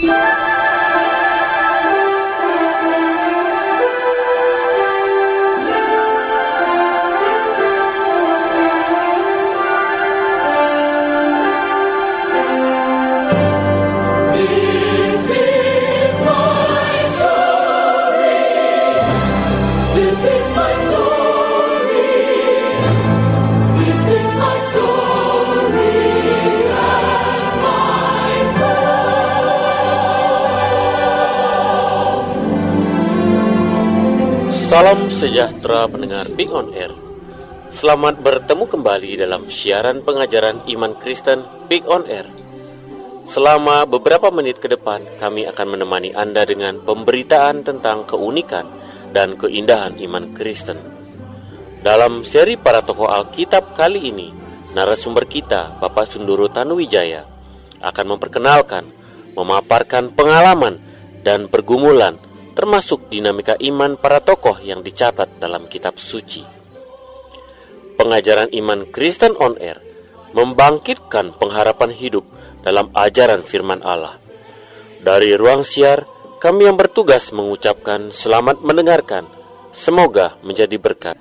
Salam sejahtera pendengar Big On Air. Selamat bertemu kembali dalam siaran pengajaran iman Kristen Big On Air. Selama beberapa menit ke depan, kami akan menemani Anda dengan pemberitaan tentang keunikan dan keindahan iman Kristen. Dalam seri para tokoh Alkitab kali ini, narasumber kita, Bapak Sundoro Tanuwijaya, akan memperkenalkan, memaparkan pengalaman dan pergumulan termasuk dinamika iman para tokoh yang dicatat dalam kitab suci. Pengajaran iman Kristen on Air membangkitkan pengharapan hidup dalam ajaran firman Allah. Dari ruang siar, kami yang bertugas mengucapkan selamat mendengarkan. Semoga menjadi berkat.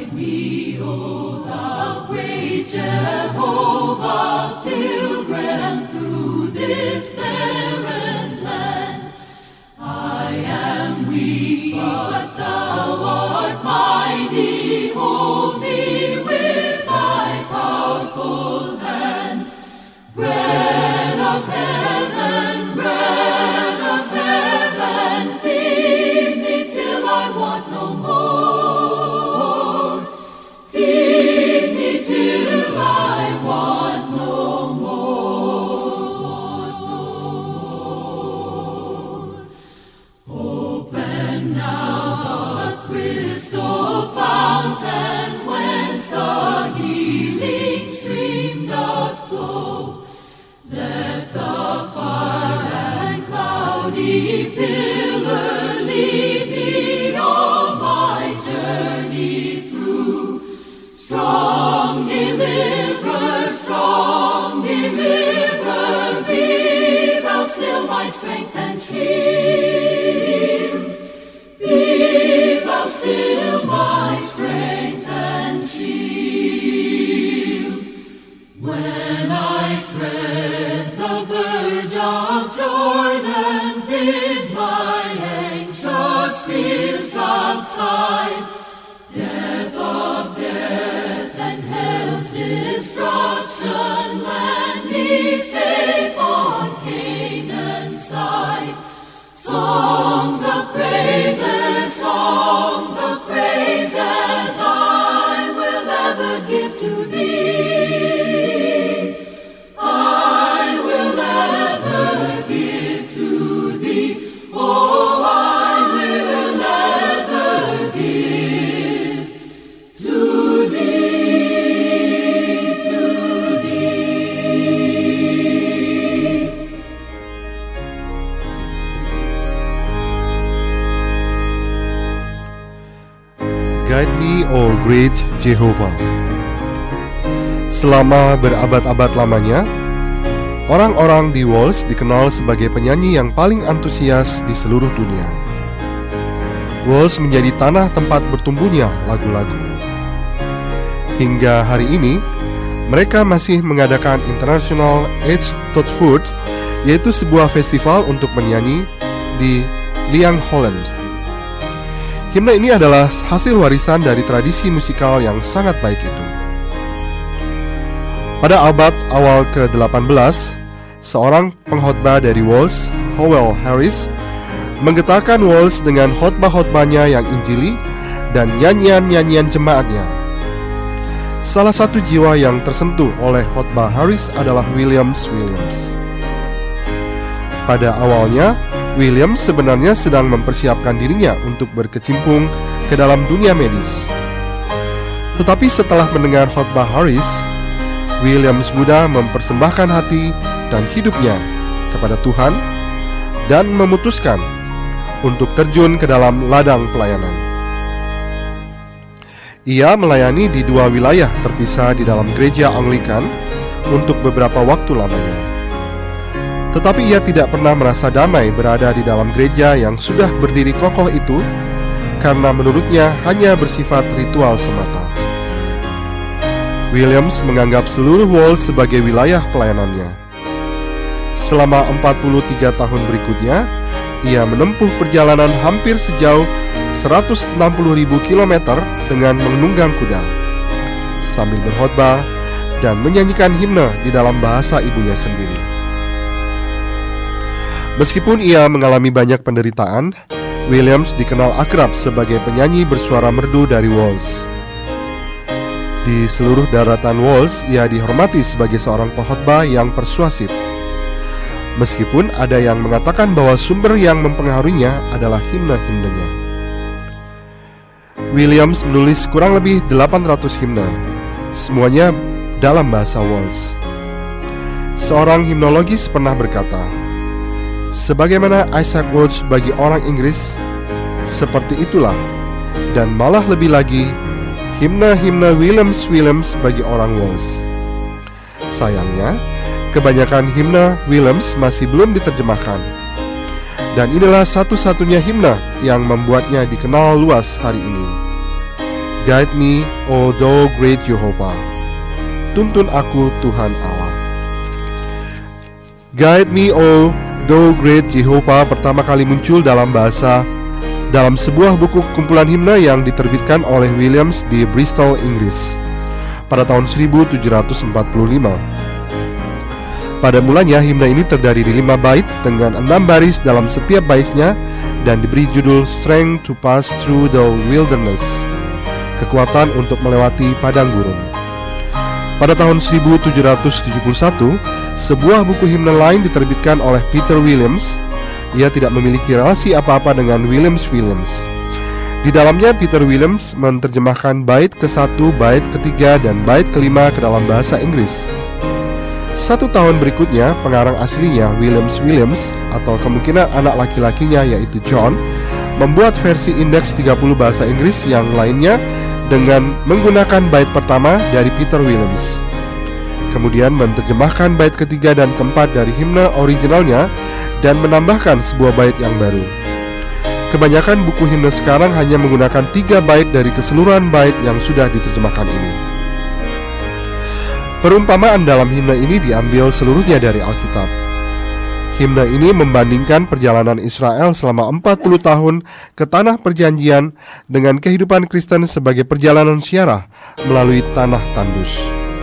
Strength and shield, be thou still my strength and shield. When I tread the verge of Jordan, bid my anxious fears subside. Death of death and hell's destruction, land me safe on Canaan's side. Songs of praises I will ever give to thee. I will ever give to thee. Oh, I will ever give to thee, to thee. Guide me, O great Jehovah. Selama berabad-abad lamanya, orang-orang di Wales dikenal sebagai penyanyi yang paling antusias di seluruh dunia. Wales menjadi tanah tempat bertumbuhnya lagu-lagu. Hingga hari ini, mereka masih mengadakan International Age Totfoot, yaitu sebuah festival untuk menyanyi di Liang Holland. Himne ini adalah hasil warisan dari tradisi musikal yang sangat baik itu. Pada abad awal ke-18, seorang pengkhotbah dari Wales, Howell Harris, menggetarkan Wales dengan khotbah-khotbahnya yang injili dan nyanyian-nyanyian jemaatnya. Salah satu jiwa yang tersentuh oleh khotbah Harris adalah William. Pada awalnya, William sebenarnya sedang mempersiapkan dirinya untuk berkecimpung ke dalam dunia medis. Tetapi setelah mendengar khotbah Harris, William muda mempersembahkan hati dan hidupnya kepada Tuhan dan memutuskan untuk terjun ke dalam ladang pelayanan. Ia melayani di 2 wilayah terpisah di dalam gereja Anglikan untuk beberapa waktu lamanya. Tetapi ia tidak pernah merasa damai berada di dalam gereja yang sudah berdiri kokoh itu, karena menurutnya hanya bersifat ritual semata. Williams menganggap seluruh Walls sebagai wilayah pelayanannya. Selama 43 tahun berikutnya, ia menempuh perjalanan hampir sejauh 160.000 km dengan menunggang kuda, sambil berkhotbah dan menyanyikan himne di dalam bahasa ibunya sendiri. Meskipun ia mengalami banyak penderitaan, Williams dikenal akrab sebagai penyanyi bersuara merdu dari Walls. Di seluruh daratan Walls, ia dihormati sebagai seorang pengkhotbah yang persuasif. Meskipun ada yang mengatakan bahwa sumber yang mempengaruhinya adalah himne-himnenya. Williams menulis kurang lebih 800 himne, semuanya dalam bahasa Walls. Seorang himnologis pernah berkata, sebagaimana Isaac Watts bagi orang Inggris, seperti itulah, dan malah lebih lagi, himne-himne Williams bagi orang Walls. Sayangnya, kebanyakan himne Williams masih belum diterjemahkan. Dan inilah satu-satunya himne yang membuatnya dikenal luas hari ini. Guide me, O thou great Jehovah. Tuntun aku, Tuhan Allah. Guide me, O thou great Jehovah pertama kali muncul dalam sebuah buku kumpulan himne yang diterbitkan oleh Williams di Bristol, Inggris pada tahun 1745. Pada mulanya himne ini terdiri di 5 bait dengan 6 baris dalam setiap baitnya dan diberi judul Strength to Pass Through the Wilderness, kekuatan untuk melewati padang gurun. Pada tahun 1771, sebuah buku himne lain diterbitkan oleh Peter Williams. Ia tidak memiliki relasi apa-apa dengan Williams. Di dalamnya Peter Williams menerjemahkan bait ke-1, bait ke-3, dan bait ke-5 ke dalam bahasa Inggris. 1 tahun berikutnya, pengarang aslinya Williams atau kemungkinan anak laki-lakinya yaitu John membuat versi indeks 30 bahasa Inggris yang lainnya dengan menggunakan bait pertama dari Peter Williams. Kemudian menerjemahkan bait ketiga dan keempat dari himne originalnya dan menambahkan sebuah bait yang baru. Kebanyakan buku himne sekarang hanya menggunakan 3 bait dari keseluruhan bait yang sudah diterjemahkan ini. Perumpamaan dalam himne ini diambil seluruhnya dari Alkitab. Himne ini membandingkan perjalanan Israel selama 40 tahun ke tanah perjanjian dengan kehidupan Kristen sebagai perjalanan ziarah melalui tanah tandus.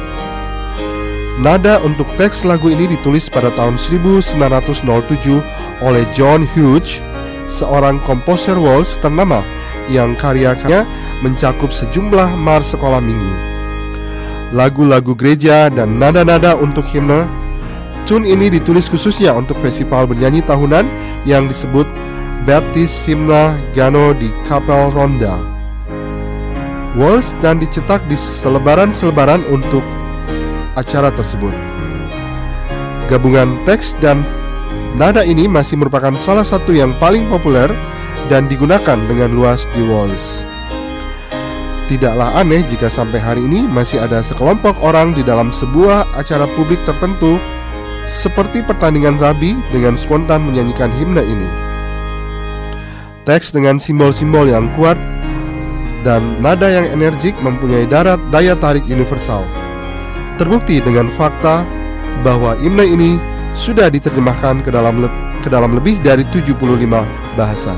Nada untuk teks lagu ini ditulis pada tahun 1907 oleh John Hughes, seorang komposer Walls ternama yang karya-karyanya mencakup sejumlah mars sekolah minggu, lagu-lagu gereja, dan nada-nada untuk himne. Tune ini ditulis khususnya untuk festival bernyanyi tahunan yang disebut Baptist Hymna Gano di Kapel Ronda Walls dan dicetak di selebaran-selebaran untuk acara tersebut. Gabungan teks dan nada ini masih merupakan salah satu yang paling populer dan digunakan dengan luas di Walls. Tidaklah aneh jika sampai hari ini masih ada sekelompok orang di dalam sebuah acara publik tertentu seperti pertandingan rabi dengan spontan menyanyikan himne ini. Teks dengan simbol-simbol yang kuat dan nada yang energik mempunyai daya tarik universal. Terbukti dengan fakta bahwa himne ini sudah diterjemahkan ke dalam lebih dari 75 bahasa.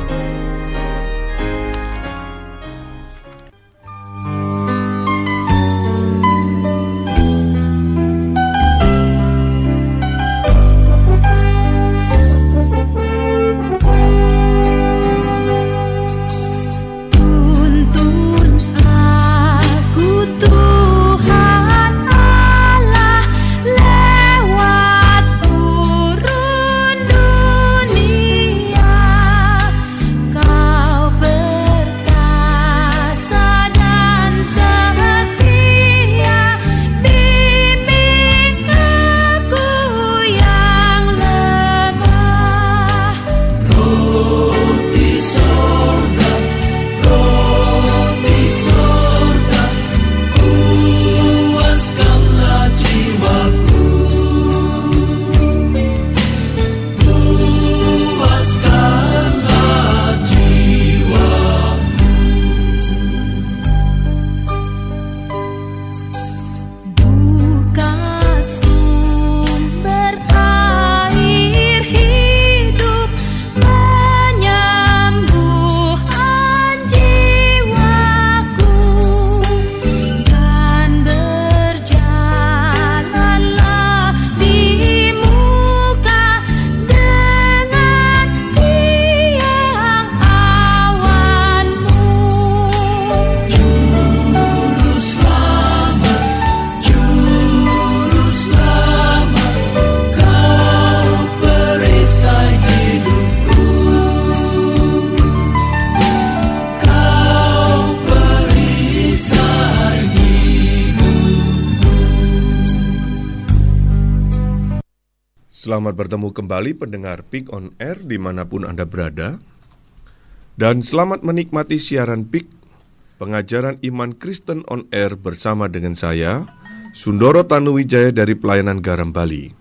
Selamat bertemu kembali pendengar PIK on Air dimanapun Anda berada. Dan selamat menikmati siaran PIK, pengajaran iman Kristen on Air bersama dengan saya, Sundoro Tanuwijaya dari Pelayanan Garam Bali.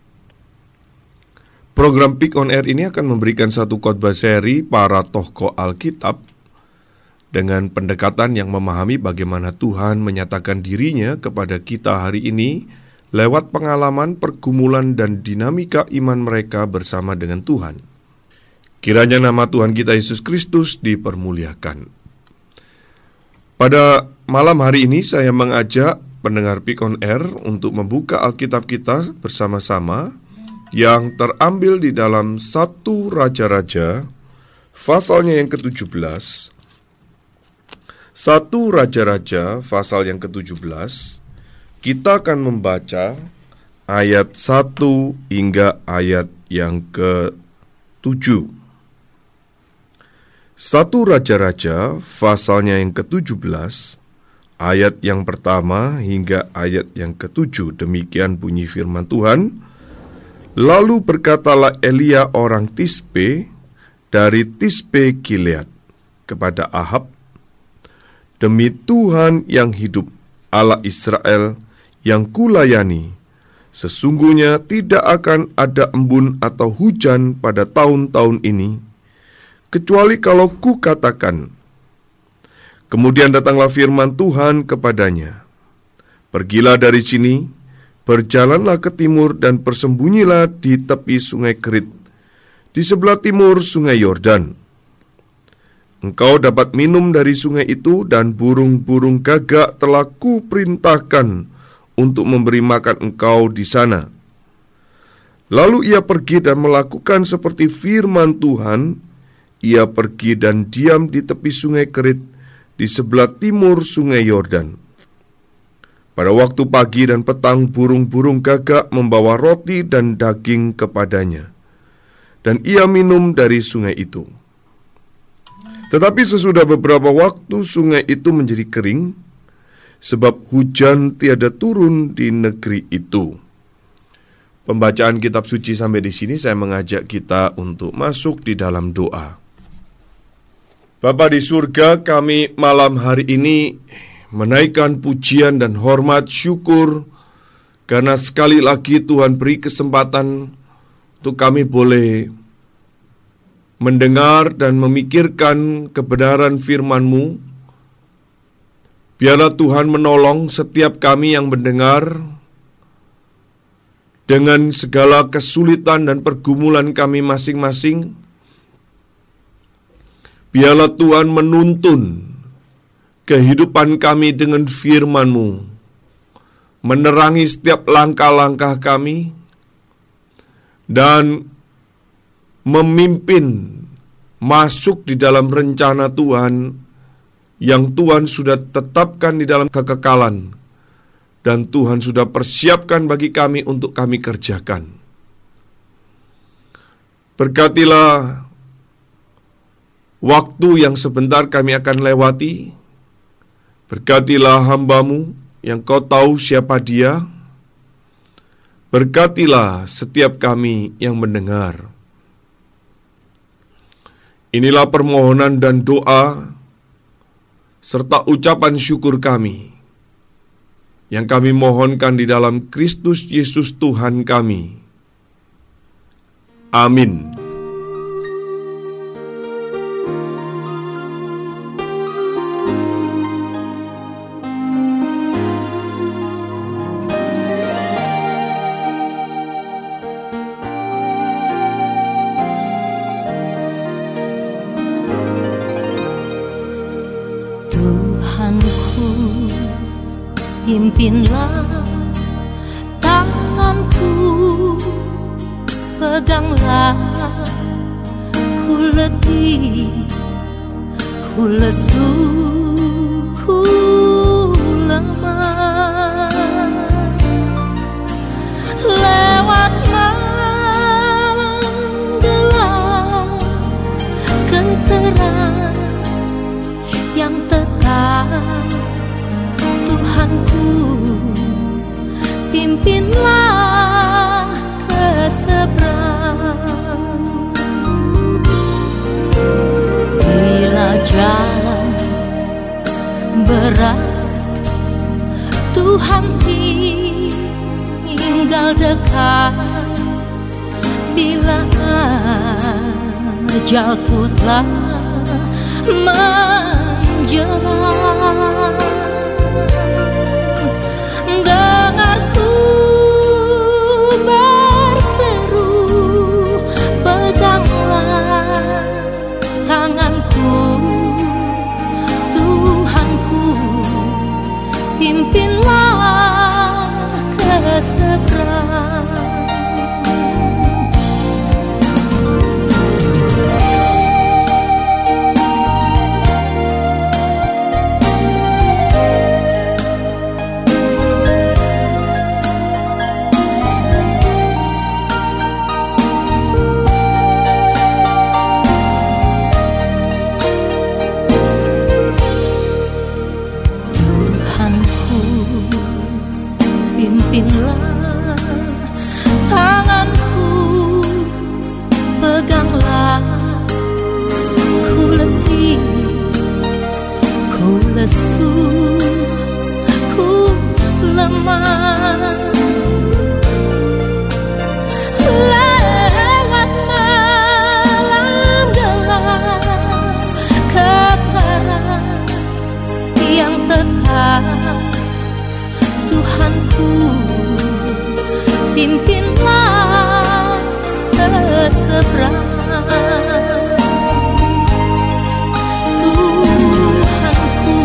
Program PIK on Air ini akan memberikan satu khotbah seri para tokoh Alkitab dengan pendekatan yang memahami bagaimana Tuhan menyatakan dirinya kepada kita hari ini lewat pengalaman, pergumulan, dan dinamika iman mereka bersama dengan Tuhan. Kiranya nama Tuhan kita Yesus Kristus dipermuliakan. Pada malam hari ini saya mengajak pendengar PIK on Air untuk membuka Alkitab kita bersama-sama yang terambil di dalam 1 Raja-Raja, pasalnya yang ke-17. 1 Raja-Raja, pasal yang ke-17. Kita akan membaca ayat 1 hingga ayat yang ke-7. 1 Raja-Raja, pasalnya yang ke-17, ayat yang pertama hingga ayat yang ke-7. Demikian bunyi firman Tuhan. Lalu berkatalah Elia orang Tisbe dari Tisbe Gilead kepada Ahab, demi Tuhan yang hidup, Allah Israel, yang kulayani, sesungguhnya tidak akan ada embun atau hujan pada tahun-tahun ini, kecuali kalau kukatakan. Kemudian datanglah firman Tuhan kepadanya, pergilah dari sini, berjalanlah ke timur dan bersembunyilah di tepi sungai Kerit, di sebelah timur sungai Yordan. Engkau dapat minum dari sungai itu, dan burung-burung gagak telah kuperintahkan untuk memberi makan engkau di sana. Lalu ia pergi dan melakukan seperti firman Tuhan. Ia pergi dan diam di tepi sungai Kerit, di sebelah timur sungai Yordan. Pada waktu pagi dan petang, burung-burung gagak membawa roti dan daging kepadanya, dan ia minum dari sungai itu. Tetapi sesudah beberapa waktu sungai itu menjadi kering, sebab hujan tiada turun di negeri itu. Pembacaan kitab suci sampai di sini saya mengajak kita untuk masuk di dalam doa. Bapa di surga, kami malam hari ini menaikkan pujian dan hormat syukur karena sekali lagi Tuhan beri kesempatan untuk kami boleh mendengar dan memikirkan kebenaran firman-Mu. Biarlah Tuhan menolong setiap kami yang mendengar dengan segala kesulitan dan pergumulan kami masing-masing. Biarlah Tuhan menuntun kehidupan kami dengan firman-Mu, menerangi setiap langkah-langkah kami, dan memimpin masuk di dalam rencana Tuhan yang Tuhan sudah tetapkan di dalam kekekalan, dan Tuhan sudah persiapkan bagi kami untuk kami kerjakan. Berkatilah waktu yang sebentar kami akan lewati. Berkatilah hamba-Mu yang Kau tahu siapa dia. Berkatilah setiap kami yang mendengar. Inilah permohonan dan doa serta ucapan syukur kami yang kami mohonkan di dalam Kristus Yesus Tuhan kami. Amin. Pimpinlah tanganku, peganglah ku letih, ku lesu, ku lemah. Lewat malam gelap ke terang yang tetap, Tuhanku, pimpinlah ke seberang. Tuhan tinggal dekat bila ajalku telah menjelang. Dengarku berseru, peganglah tanganku, Tuhanku, pimpinlah ke seberang. Pimpinlah tanganku, peganglah, ku letih, ku lesu, ku lemah. Lewat malam gelap, keparat yang tetap, Tuhanku, pimpinlah ke seberang. Tuhanku,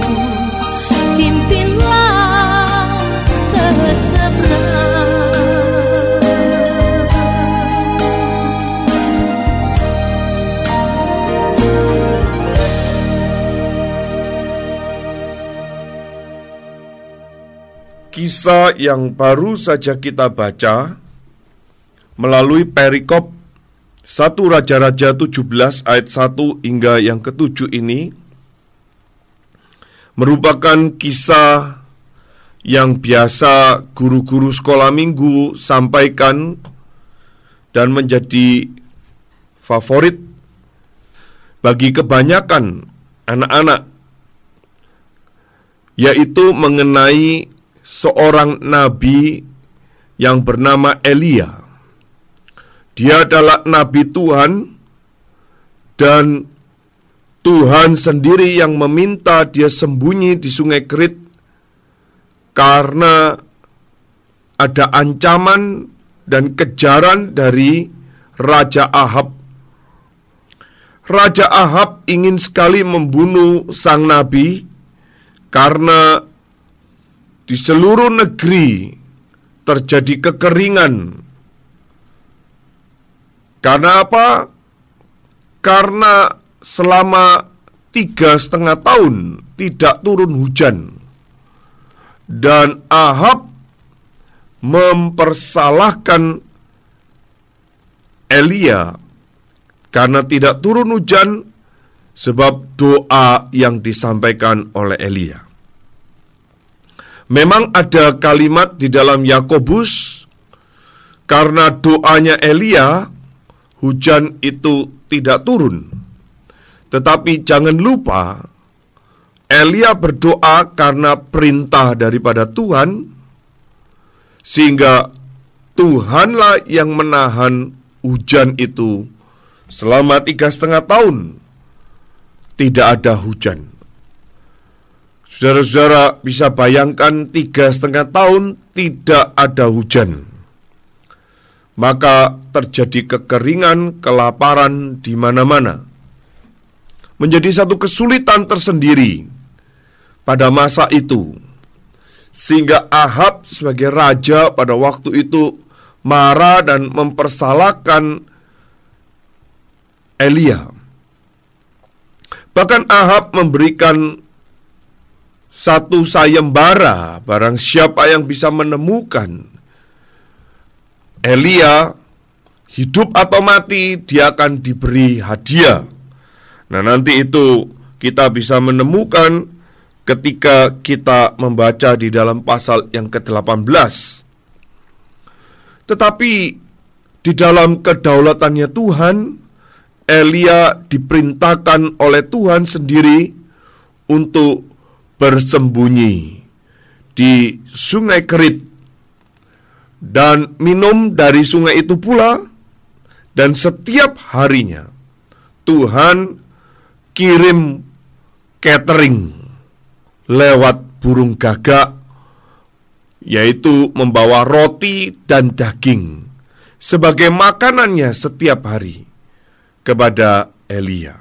pimpinlah ke seberang. Kisah yang baru saja kita baca melalui perikop 1 Raja-Raja 17 ayat 1 hingga yang ke-7 ini merupakan kisah yang biasa guru-guru sekolah minggu sampaikan dan menjadi favorit bagi kebanyakan anak-anak, yaitu mengenai seorang nabi yang bernama Elia. Dia adalah nabi Tuhan, dan Tuhan sendiri yang meminta dia sembunyi di Sungai Kerit karena ada ancaman dan kejaran dari Raja Ahab. Raja Ahab ingin sekali membunuh sang nabi karena di seluruh negeri terjadi kekeringan. Karena apa? Karena selama 3,5 tahun tidak turun hujan, dan Ahab mempersalahkan Elia karena tidak turun hujan sebab doa yang disampaikan oleh Elia. Memang ada kalimat di dalam Yakobus, karena doanya Elia, hujan itu tidak turun. Tetapi jangan lupa, Elia berdoa karena perintah daripada Tuhan, sehingga Tuhanlah yang menahan hujan itu selama 3,5 tahun. Tidak ada hujan. Saudara-saudara bisa bayangkan 3,5 tahun tidak ada hujan. Maka terjadi kekeringan, kelaparan di mana-mana. Menjadi satu kesulitan tersendiri pada masa itu. Sehingga Ahab sebagai raja pada waktu itu marah dan mempersalahkan Elia. Bahkan Ahab memberikan satu sayembara, barang siapa yang bisa menemukan Elia hidup atau mati, dia akan diberi hadiah. Nah, nanti itu kita bisa menemukan ketika kita membaca di dalam pasal yang ke-18. Tetapi di dalam kedaulatannya Tuhan, Elia diperintahkan oleh Tuhan sendiri untuk bersembunyi di sungai Kerit dan minum dari sungai itu pula, dan setiap harinya Tuhan kirim catering lewat burung gagak, yaitu membawa roti dan daging sebagai makanannya setiap hari kepada Elia.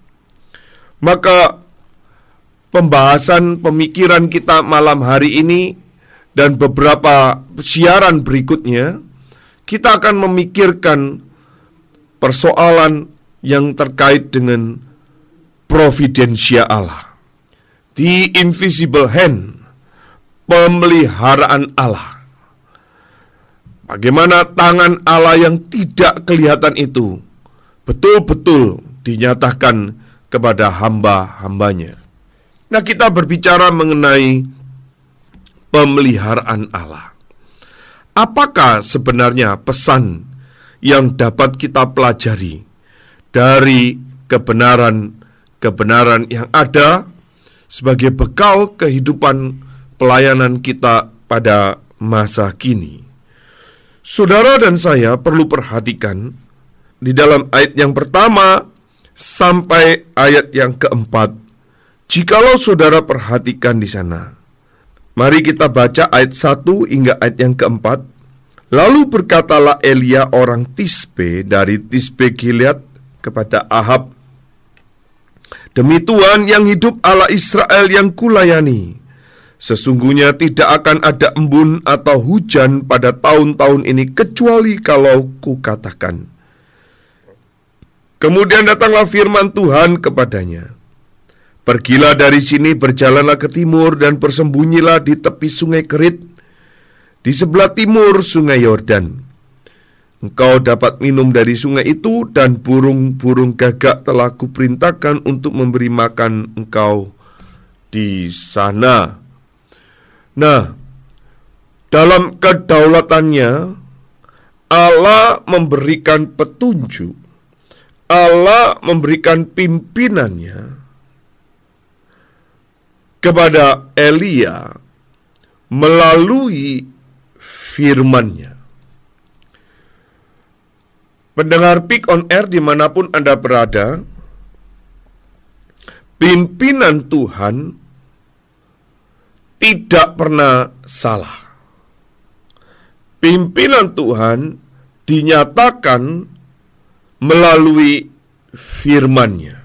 Maka pembahasan pemikiran kita malam hari ini dan beberapa siaran berikutnya, kita akan memikirkan persoalan yang terkait dengan providensia Allah, the invisible hand, pemeliharaan Allah. Bagaimana tangan Allah yang tidak kelihatan itu betul-betul dinyatakan kepada hamba-hambanya. Nah, kita berbicara mengenai pemeliharaan Allah. Apakah sebenarnya pesan yang dapat kita pelajari dari kebenaran yang ada sebagai bekal kehidupan pelayanan kita pada masa kini? Saudara dan saya perlu perhatikan di dalam ayat yang pertama sampai ayat yang keempat. Jikalau saudara perhatikan di sana, mari kita baca ayat 1 hingga ayat yang keempat. Lalu berkatalah Elia orang Tisbe dari Tisbe Gilead kepada Ahab, demi Tuhan yang hidup Allah Israel yang kulayani, sesungguhnya tidak akan ada embun atau hujan pada tahun-tahun ini kecuali kalau kukatakan. Kemudian datanglah firman Tuhan kepadanya, pergilah dari sini, berjalanlah ke timur dan bersembunyilah di tepi sungai Kerit, di sebelah timur sungai Yordan. Engkau dapat minum dari sungai itu, dan burung-burung gagak telah kuperintahkan untuk memberi makan engkau di sana. Nah, dalam kedaulatannya, Allah memberikan petunjuk, Allah memberikan pimpinannya kepada Elia melalui firman-Nya. Pendengar Pick on Air dimanapun Anda berada, pimpinan Tuhan tidak pernah salah. Pimpinan Tuhan dinyatakan melalui firman-Nya.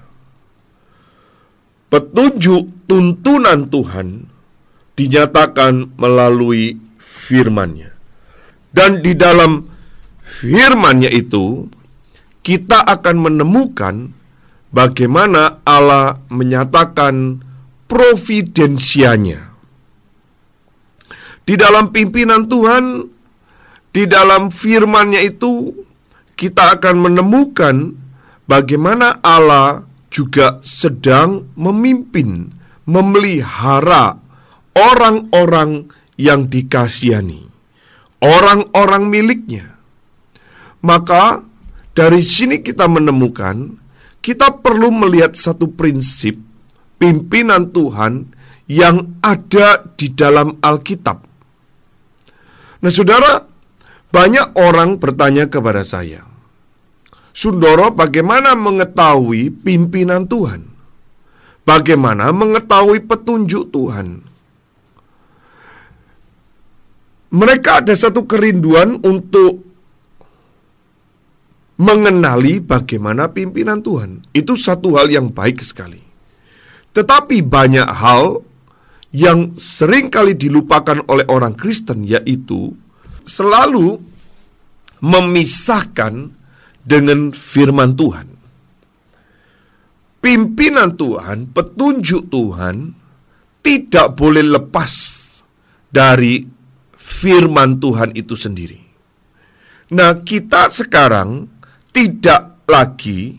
Petunjuk tuntunan Tuhan dinyatakan melalui firman-Nya. Dan di dalam firman-Nya itu, kita akan menemukan bagaimana Allah menyatakan providensianya. Di dalam pimpinan Tuhan, di dalam firman-Nya itu, kita akan menemukan bagaimana Allah juga sedang memimpin, memelihara orang-orang yang dikasihani, orang-orang miliknya. Maka dari sini kita menemukan, kita perlu melihat satu prinsip pimpinan Tuhan yang ada di dalam Alkitab. Nah, saudara, banyak orang bertanya kepada saya, Sundoro, bagaimana mengetahui pimpinan Tuhan? Bagaimana mengetahui petunjuk Tuhan? Mereka ada satu kerinduan untuk mengenali bagaimana pimpinan Tuhan. Itu satu hal yang baik sekali. Tetapi banyak hal yang seringkali dilupakan oleh orang Kristen, yaitu selalu memisahkan dengan firman Tuhan. Pimpinan Tuhan, petunjuk Tuhan tidak boleh lepas dari firman Tuhan itu sendiri. Nah, kita sekarang tidak lagi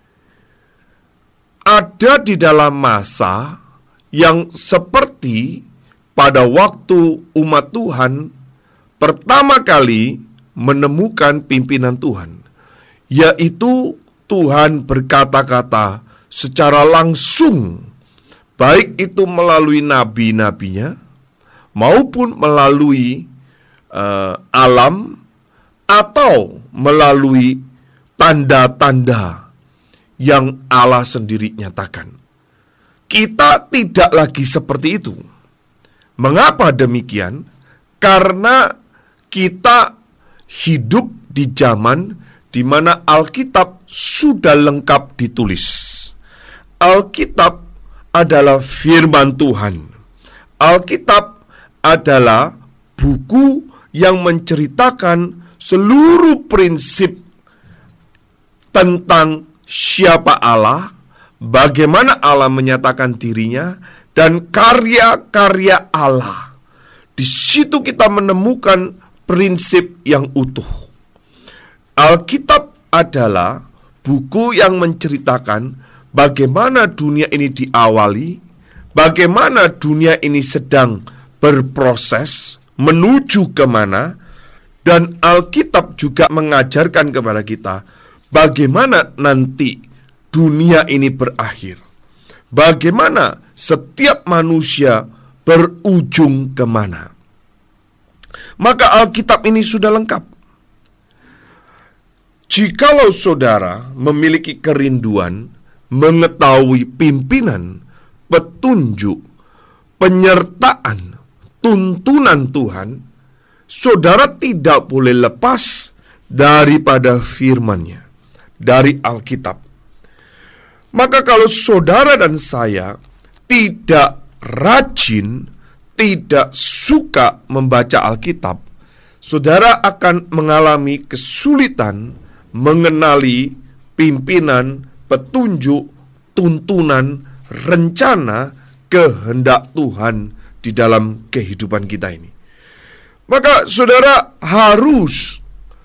ada di dalam masa yang seperti pada waktu umat Tuhan pertama kali menemukan pimpinan Tuhan, yaitu Tuhan berkata-kata secara langsung, baik itu melalui nabi-nabinya maupun melalui alam atau melalui tanda-tanda yang Allah sendiri nyatakan. Kita tidak lagi seperti itu. Mengapa demikian? Karena kita hidup di zaman di mana Alkitab sudah lengkap ditulis. Alkitab adalah firman Tuhan. Alkitab adalah buku yang menceritakan seluruh prinsip tentang siapa Allah, bagaimana Allah menyatakan dirinya, dan karya-karya Allah. Di situ kita menemukan prinsip yang utuh. Alkitab adalah buku yang menceritakan bagaimana dunia ini diawali, bagaimana dunia ini sedang berproses menuju kemana, dan Alkitab juga mengajarkan kepada kita bagaimana nanti dunia ini berakhir, bagaimana setiap manusia berujung kemana. Maka Alkitab ini sudah lengkap. Jikalau saudara memiliki kerinduan mengetahui pimpinan, petunjuk, penyertaan, tuntunan Tuhan, saudara tidak boleh lepas daripada firman-Nya, dari Alkitab. Maka kalau saudara dan saya tidak rajin, tidak suka membaca Alkitab, saudara akan mengalami kesulitan mengenali pimpinan, petunjuk, tuntunan, rencana, kehendak Tuhan di dalam kehidupan kita ini. Maka saudara harus,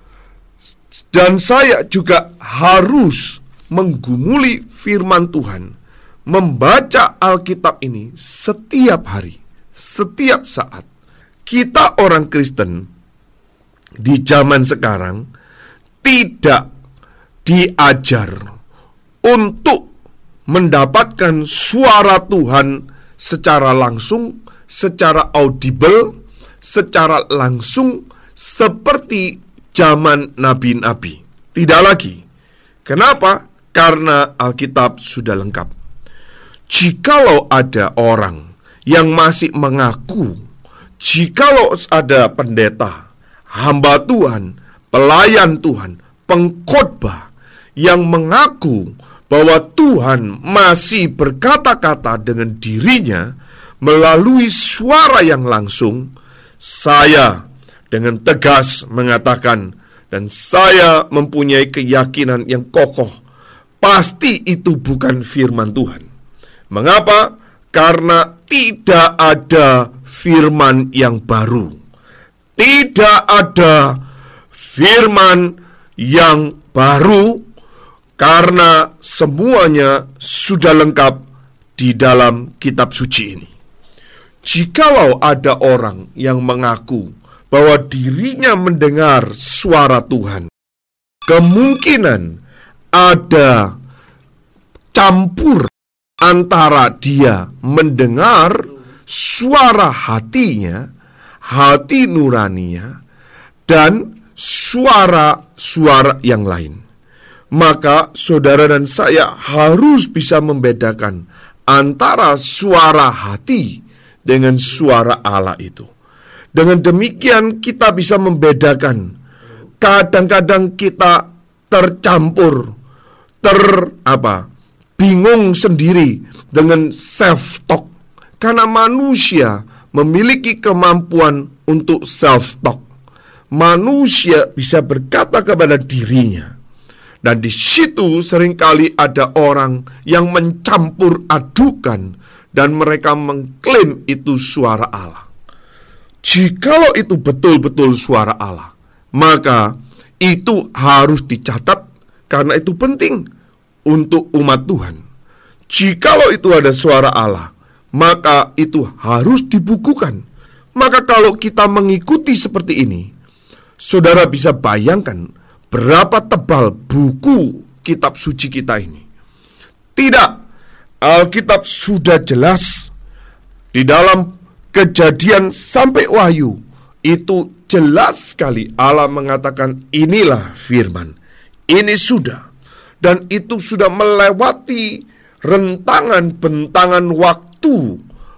dan saya juga harus menggumuli firman Tuhan, membaca Alkitab ini setiap hari, setiap saat. Kita orang Kristen di zaman sekarang tidak diajar untuk mendapatkan suara Tuhan secara langsung, secara audible, secara langsung seperti zaman nabi-nabi. Tidak lagi. Kenapa? Karena Alkitab sudah lengkap. Jikalau ada orang yang masih mengaku, jikalau ada pendeta, hamba Tuhan, pelayan Tuhan, pengkhotbah yang mengaku bahwa Tuhan masih berkata-kata dengan dirinya melalui suara yang langsung, saya dengan tegas mengatakan, dan saya mempunyai keyakinan yang kokoh, pasti itu bukan firman Tuhan. Mengapa? Karena tidak ada firman yang baru. Tidak ada firman yang baru, karena semuanya sudah lengkap di dalam kitab suci ini. Jikalau ada orang yang mengaku bahwa dirinya mendengar suara Tuhan, kemungkinan ada campur antara dia mendengar suara hatinya, hati nuraninya, dan suara-suara yang lain. Maka saudara dan saya harus bisa membedakan antara suara hati dengan suara Allah itu. Dengan demikian kita bisa membedakan. Kadang-kadang kita tercampur, bingung sendiri dengan self-talk. Karena manusia memiliki kemampuan untuk self-talk. Manusia bisa berkata kepada dirinya. Dan di situ seringkali ada orang yang mencampur adukan dan mereka mengklaim itu suara Allah. Jikalau itu betul-betul suara Allah, maka itu harus dicatat karena itu penting untuk umat Tuhan. Jikalau itu ada suara Allah, maka itu harus dibukukan. Maka kalau kita mengikuti seperti ini, saudara bisa bayangkan berapa tebal buku kitab suci kita ini. Tidak, Alkitab sudah jelas di dalam Kejadian sampai Wahyu, itu jelas sekali Allah mengatakan inilah firman, ini sudah. Dan itu sudah melewati rentangan bentangan waktu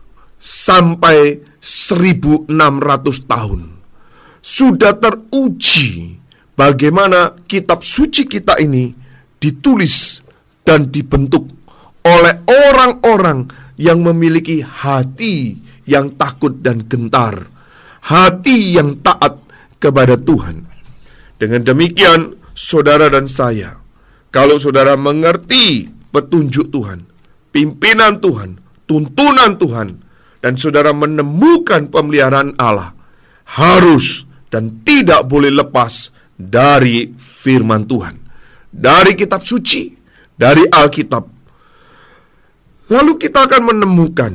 sampai 1600 tahun. Sudah teruji bagaimana kitab suci kita ini ditulis dan dibentuk oleh orang-orang yang memiliki hati yang takut dan gentar, hati yang taat kepada Tuhan. Dengan demikian, saudara dan saya, kalau saudara mengerti petunjuk Tuhan, pimpinan Tuhan, tuntunan Tuhan, dan saudara menemukan pemeliharaan Allah, harus dan tidak boleh lepas dari firman Tuhan, dari kitab suci, dari Alkitab. Lalu kita akan menemukan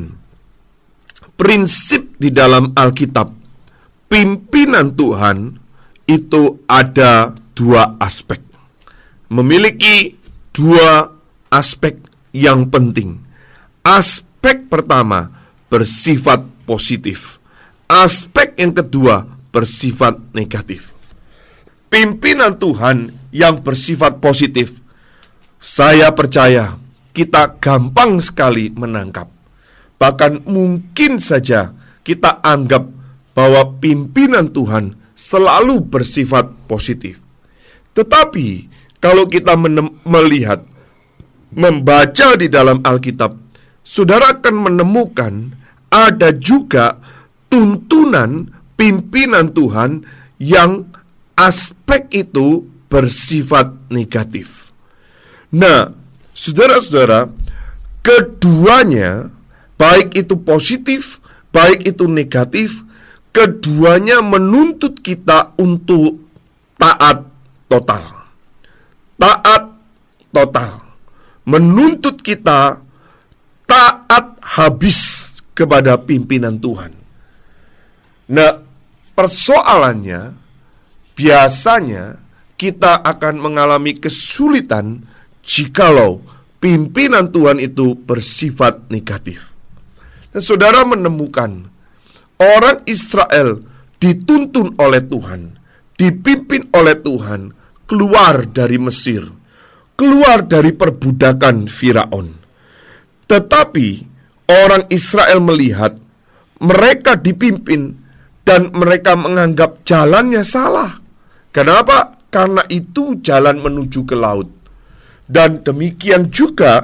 prinsip di dalam Alkitab. Pimpinan Tuhan itu ada dua aspek, memiliki dua aspek yang penting. Aspek pertama bersifat positif, aspek yang kedua bersifat negatif. Pimpinan Tuhan yang bersifat positif, saya percaya kita gampang sekali menangkap. Bahkan mungkin saja kita anggap bahwa pimpinan Tuhan selalu bersifat positif. Tetapi kalau kita melihat, membaca di dalam Alkitab, saudara akan menemukan ada juga tuntunan pimpinan Tuhan yang aspek itu bersifat negatif. Nah, saudara-saudara, keduanya, baik itu positif, baik itu negatif, keduanya menuntut kita untuk taat total. Taat total menuntut kita taat habis kepada pimpinan Tuhan. Nah, persoalannya biasanya kita akan mengalami kesulitan jikalau pimpinan Tuhan itu bersifat negatif. Dan saudara menemukan orang Israel dituntun oleh Tuhan, dipimpin oleh Tuhan, keluar dari Mesir, keluar dari perbudakan Firaun. Tetapi orang Israel melihat mereka dipimpin dan mereka menganggap jalannya salah. Kenapa? Karena itu jalan menuju ke laut. Dan demikian juga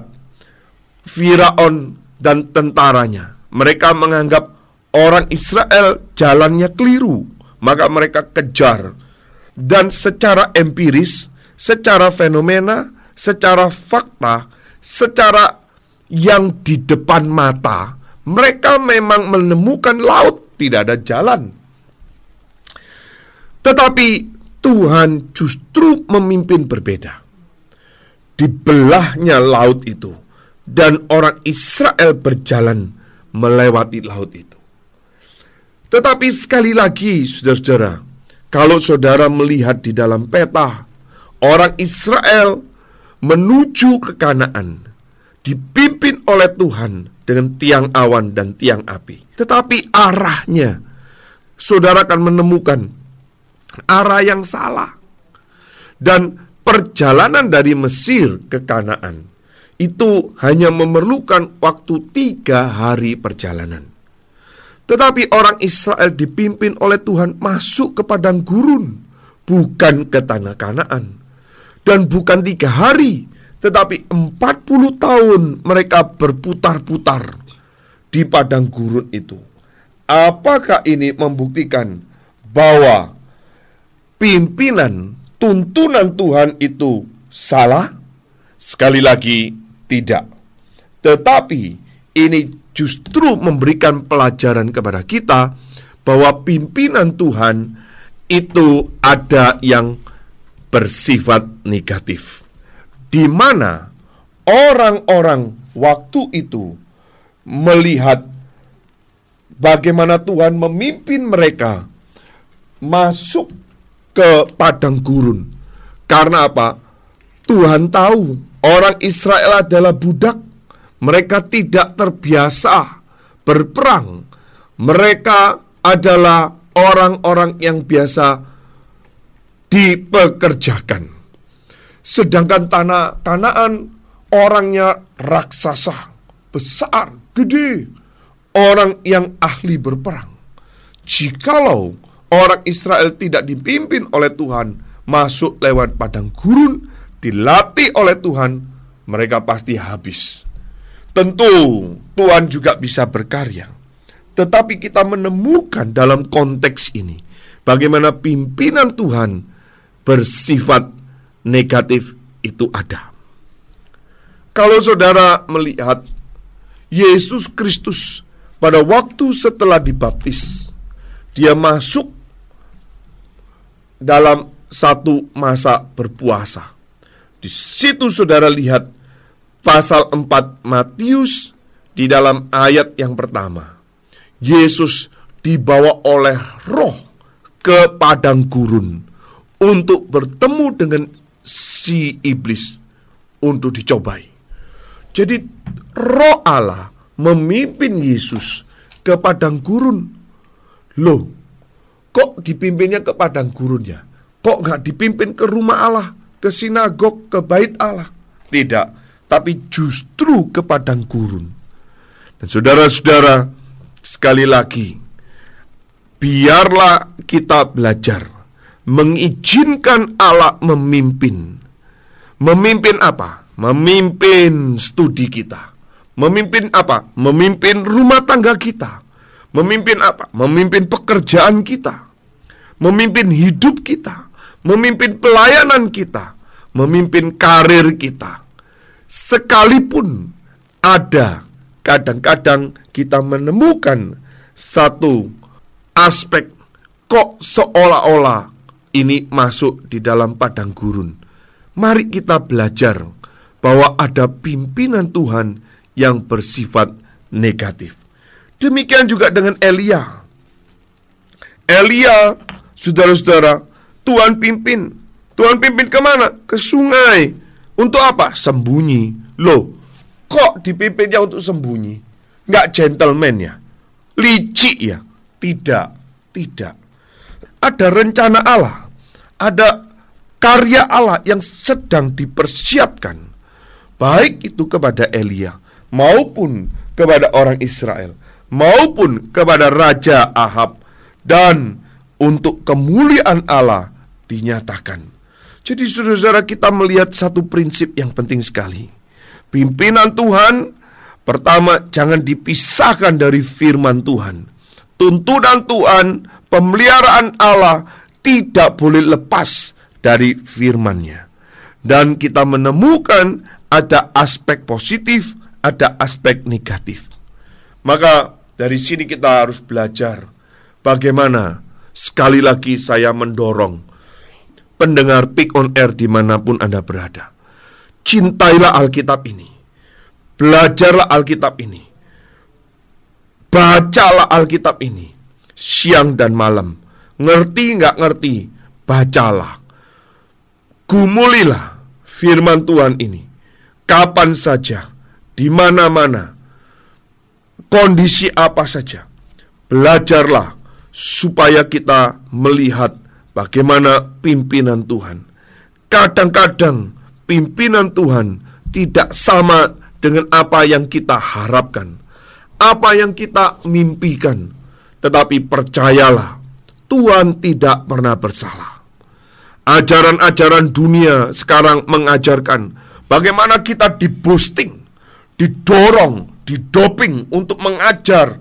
Firaun dan tentaranya. Mereka menganggap orang Israel jalannya keliru, maka mereka kejar. Dan secara empiris, secara fenomena, secara fakta, secara yang di depan mata, mereka memang menemukan laut, tidak ada jalan. Tetapi Tuhan justru memimpin berbeda. Dibelahnya laut itu, dan orang Israel berjalan melewati laut itu. Tetapi sekali lagi, saudara-saudara, kalau saudara melihat di dalam peta, orang Israel menuju ke Kanaan, dipimpin oleh Tuhan dengan tiang awan dan tiang api. Tetapi arahnya, saudara akan menemukan arah yang salah. Dan perjalanan dari Mesir ke Kanaan itu hanya memerlukan waktu 3 hari perjalanan. Tetapi orang Israel dipimpin oleh Tuhan masuk ke padang gurun, bukan ke tanah Kanaan. Dan bukan 3 hari, tetapi 40 tahun mereka berputar-putar di padang gurun itu. Apakah ini membuktikan bahwa pimpinan, tuntunan Tuhan itu salah? Sekali lagi, tidak. Tetapi ini justru memberikan pelajaran kepada kita bahwa pimpinan Tuhan itu ada yang bersifat negatif, di mana orang-orang waktu itu melihat bagaimana Tuhan memimpin mereka masuk ke padang gurun. Karena apa? Tuhan tahu orang Israel adalah budak. Mereka tidak terbiasa berperang. Mereka adalah orang-orang yang biasa dipekerjakan. Sedangkan tanah Kanaan orangnya raksasa, besar, gede, orang yang ahli berperang. Jikalau orang Israel tidak dipimpin oleh Tuhan, masuk lewat padang gurun, dilatih oleh Tuhan, mereka pasti habis. Tentu Tuhan juga bisa berkarya, tetapi kita menemukan dalam konteks ini bagaimana pimpinan Tuhan bersifat negatif itu ada. Kalau saudara melihat Yesus Kristus pada waktu setelah dibaptis, dia masuk dalam satu masa berpuasa. Di situ saudara lihat pasal 4 Matius di dalam ayat yang pertama. Yesus dibawa oleh Roh ke padang gurun untuk bertemu dengan si iblis untuk dicobai. Jadi Roh Allah memimpin Yesus ke padang gurun. Loh, kok dipimpinnya ke padang gurun ya? Kok gak dipimpin ke rumah Allah, ke sinagog, ke bait Allah? Tidak, tapi justru ke padang gurun. Dan saudara-saudara, sekali lagi, biarlah kita belajar mengizinkan Allah memimpin. Memimpin apa? Memimpin studi kita. Memimpin apa? Memimpin rumah tangga kita. Memimpin apa? Memimpin pekerjaan kita. Memimpin hidup kita. Memimpin pelayanan kita. Memimpin karir kita. Sekalipun ada kadang-kadang kita menemukan satu aspek kok seolah-olah ini masuk di dalam padang gurun. Mari kita belajar bahwa ada pimpinan Tuhan yang bersifat negatif. Demikian juga dengan Elia. Elia, saudara-saudara, Tuhan pimpin. Tuhan pimpin kemana? Ke sungai. Untuk apa? Sembunyi. Loh, kok dipimpinnya untuk sembunyi? Nggak gentleman ya? Licik ya? Tidak. Ada rencana Allah. Ada karya Allah yang sedang dipersiapkan. Baik itu kepada Elia, maupun kepada orang Israel, maupun kepada Raja Ahab. Dan untuk kemuliaan Allah dinyatakan. Jadi saudara-saudara, kita melihat satu prinsip yang penting sekali. Pimpinan Tuhan, pertama, jangan dipisahkan dari firman Tuhan. Tuntunan Tuhan, pemeliharaan Allah tidak boleh lepas dari firman-Nya. Dan kita menemukan ada aspek positif, ada aspek negatif. Maka dari sini kita harus belajar bagaimana, sekali lagi saya mendorong pendengar Pick on Air dimanapun Anda berada. Cintailah Alkitab ini. Belajarlah Alkitab ini. Bacalah Alkitab ini. Siang dan malam. Ngerti nggak ngerti, bacalah. Gumulilah firman Tuhan ini. Kapan saja, di mana-mana, kondisi apa saja. Belajarlah supaya kita melihat bagaimana pimpinan Tuhan. Kadang-kadang pimpinan Tuhan tidak sama dengan apa yang kita harapkan, apa yang kita mimpikan. Tetapi percayalah, Tuhan tidak pernah bersalah. Ajaran-ajaran dunia sekarang mengajarkan bagaimana kita di-boosting, didorong, didoping untuk mengejar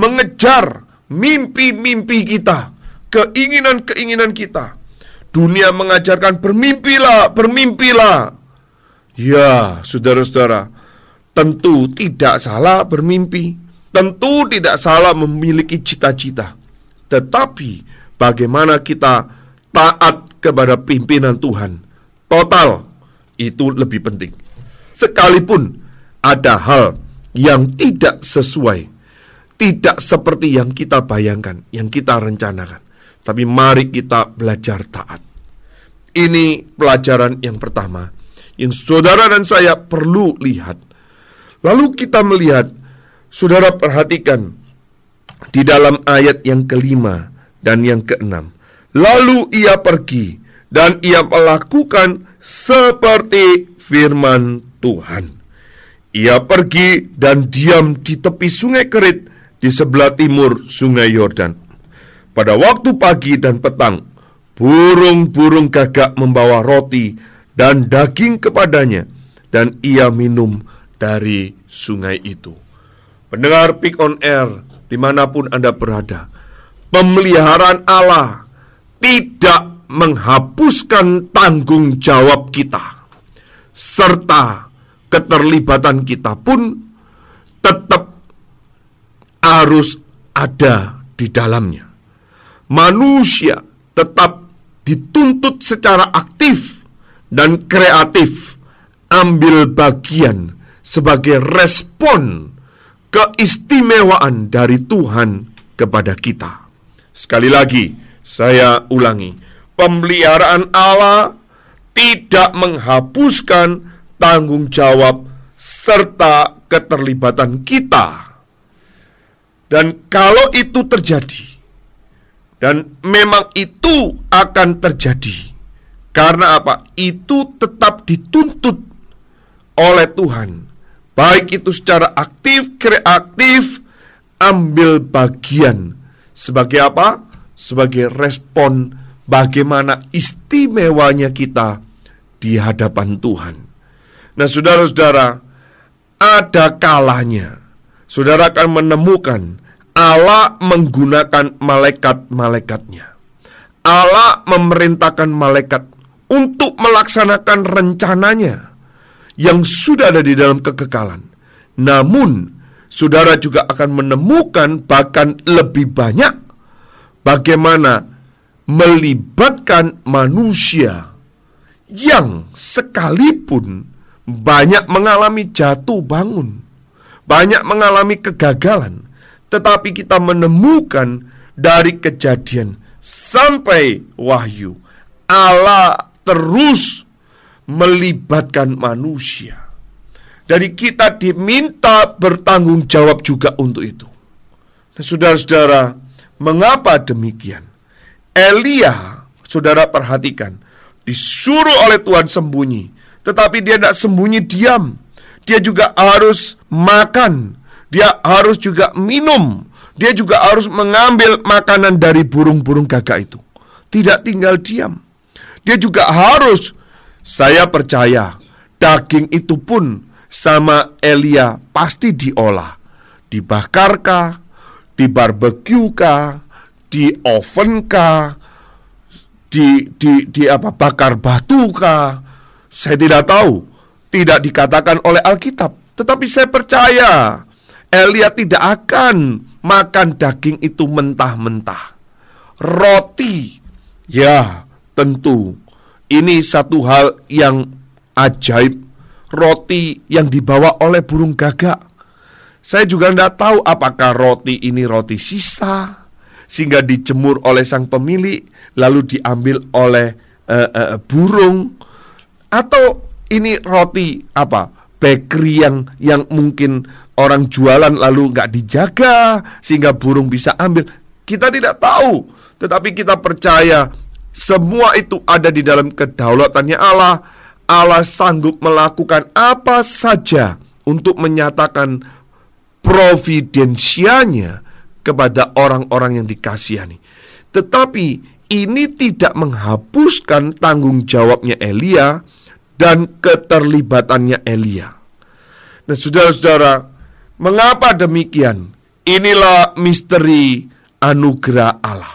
mimpi-mimpi kita, keinginan-keinginan kita. Dunia mengajarkan bermimpilah. Ya, saudara-saudara, tentu tidak salah bermimpi, tentu tidak salah memiliki cita-cita. Tetapi bagaimana kita taat kepada pimpinan Tuhan total, itu lebih penting. Sekalipun ada hal yang tidak sesuai, tidak seperti yang kita bayangkan, yang kita rencanakan, tapi mari kita belajar taat. Ini pelajaran yang pertama yang saudara dan saya perlu lihat. Lalu kita melihat, saudara perhatikan di dalam ayat yang kelima dan yang keenam. Lalu ia pergi dan ia melakukan seperti firman Tuhan. Ia pergi dan diam di tepi sungai Kerit di sebelah timur sungai Yordan. Pada waktu pagi dan petang, burung-burung gagak membawa roti dan daging kepadanya, dan ia minum dari sungai itu. Pendengar Pick on Air, dimanapun Anda berada, pemeliharaan Allah tidak menghapuskan tanggung jawab kita, serta keterlibatan kita pun tetap harus ada di dalamnya. Manusia tetap dituntut secara aktif dan kreatif ambil bagian sebagai respon keistimewaan dari Tuhan kepada kita. Sekali lagi, saya ulangi, pemeliharaan Allah tidak menghapuskan tanggung jawab serta keterlibatan kita. Dan kalau itu terjadi, dan memang itu akan terjadi, karena apa? Itu tetap dituntut oleh Tuhan, baik itu secara aktif, kreatif, ambil bagian. Sebagai apa? Sebagai respon bagaimana istimewanya kita di hadapan Tuhan. Nah, saudara-saudara, ada kalanya saudara akan menemukan Allah menggunakan malaikat-malaikatnya. Allah memerintahkan malaikat untuk melaksanakan rencananya yang sudah ada di dalam kekekalan. Namun, saudara juga akan menemukan bahkan lebih banyak bagaimana melibatkan manusia yang sekalipun banyak mengalami jatuh bangun, banyak mengalami kegagalan, tetapi kita menemukan dari Kejadian sampai Wahyu, Allah terus melibatkan manusia. Jadi kita diminta bertanggung jawab juga untuk itu. Nah, saudara-saudara, mengapa demikian? Elia, saudara perhatikan, disuruh oleh Tuhan sembunyi, tetapi dia tidak sembunyi diam. Dia juga harus makan, dia harus juga minum, dia juga harus mengambil makanan dari burung-burung gagak itu. Tidak tinggal diam. Dia juga harus, saya percaya, daging itu pun sama Elia pasti diolah, dibakarkah, dibarbekyukah, di ovenkah, bakar batukah? Saya tidak tahu, tidak dikatakan oleh Alkitab. Tetapi saya percaya Elia tidak akan makan daging itu mentah-mentah. Roti, ya tentu ini satu hal yang ajaib. Roti yang dibawa oleh burung gagak. Saya juga tidak tahu apakah roti ini roti sisa, sehingga dijemur oleh sang pemilik, lalu diambil oleh burung, atau ini roti bakery yang mungkin orang jualan lalu nggak dijaga sehingga burung bisa ambil. Kita tidak tahu, tetapi kita percaya semua itu ada di dalam kedaulatannya Allah. Allah sanggup melakukan apa saja untuk menyatakan providensianya kepada orang-orang yang dikasihani. Tetapi ini tidak menghapuskan tanggung jawabnya Elia dan keterlibatannya Elia. Nah, saudara-saudara, mengapa demikian? Inilah misteri anugerah Allah.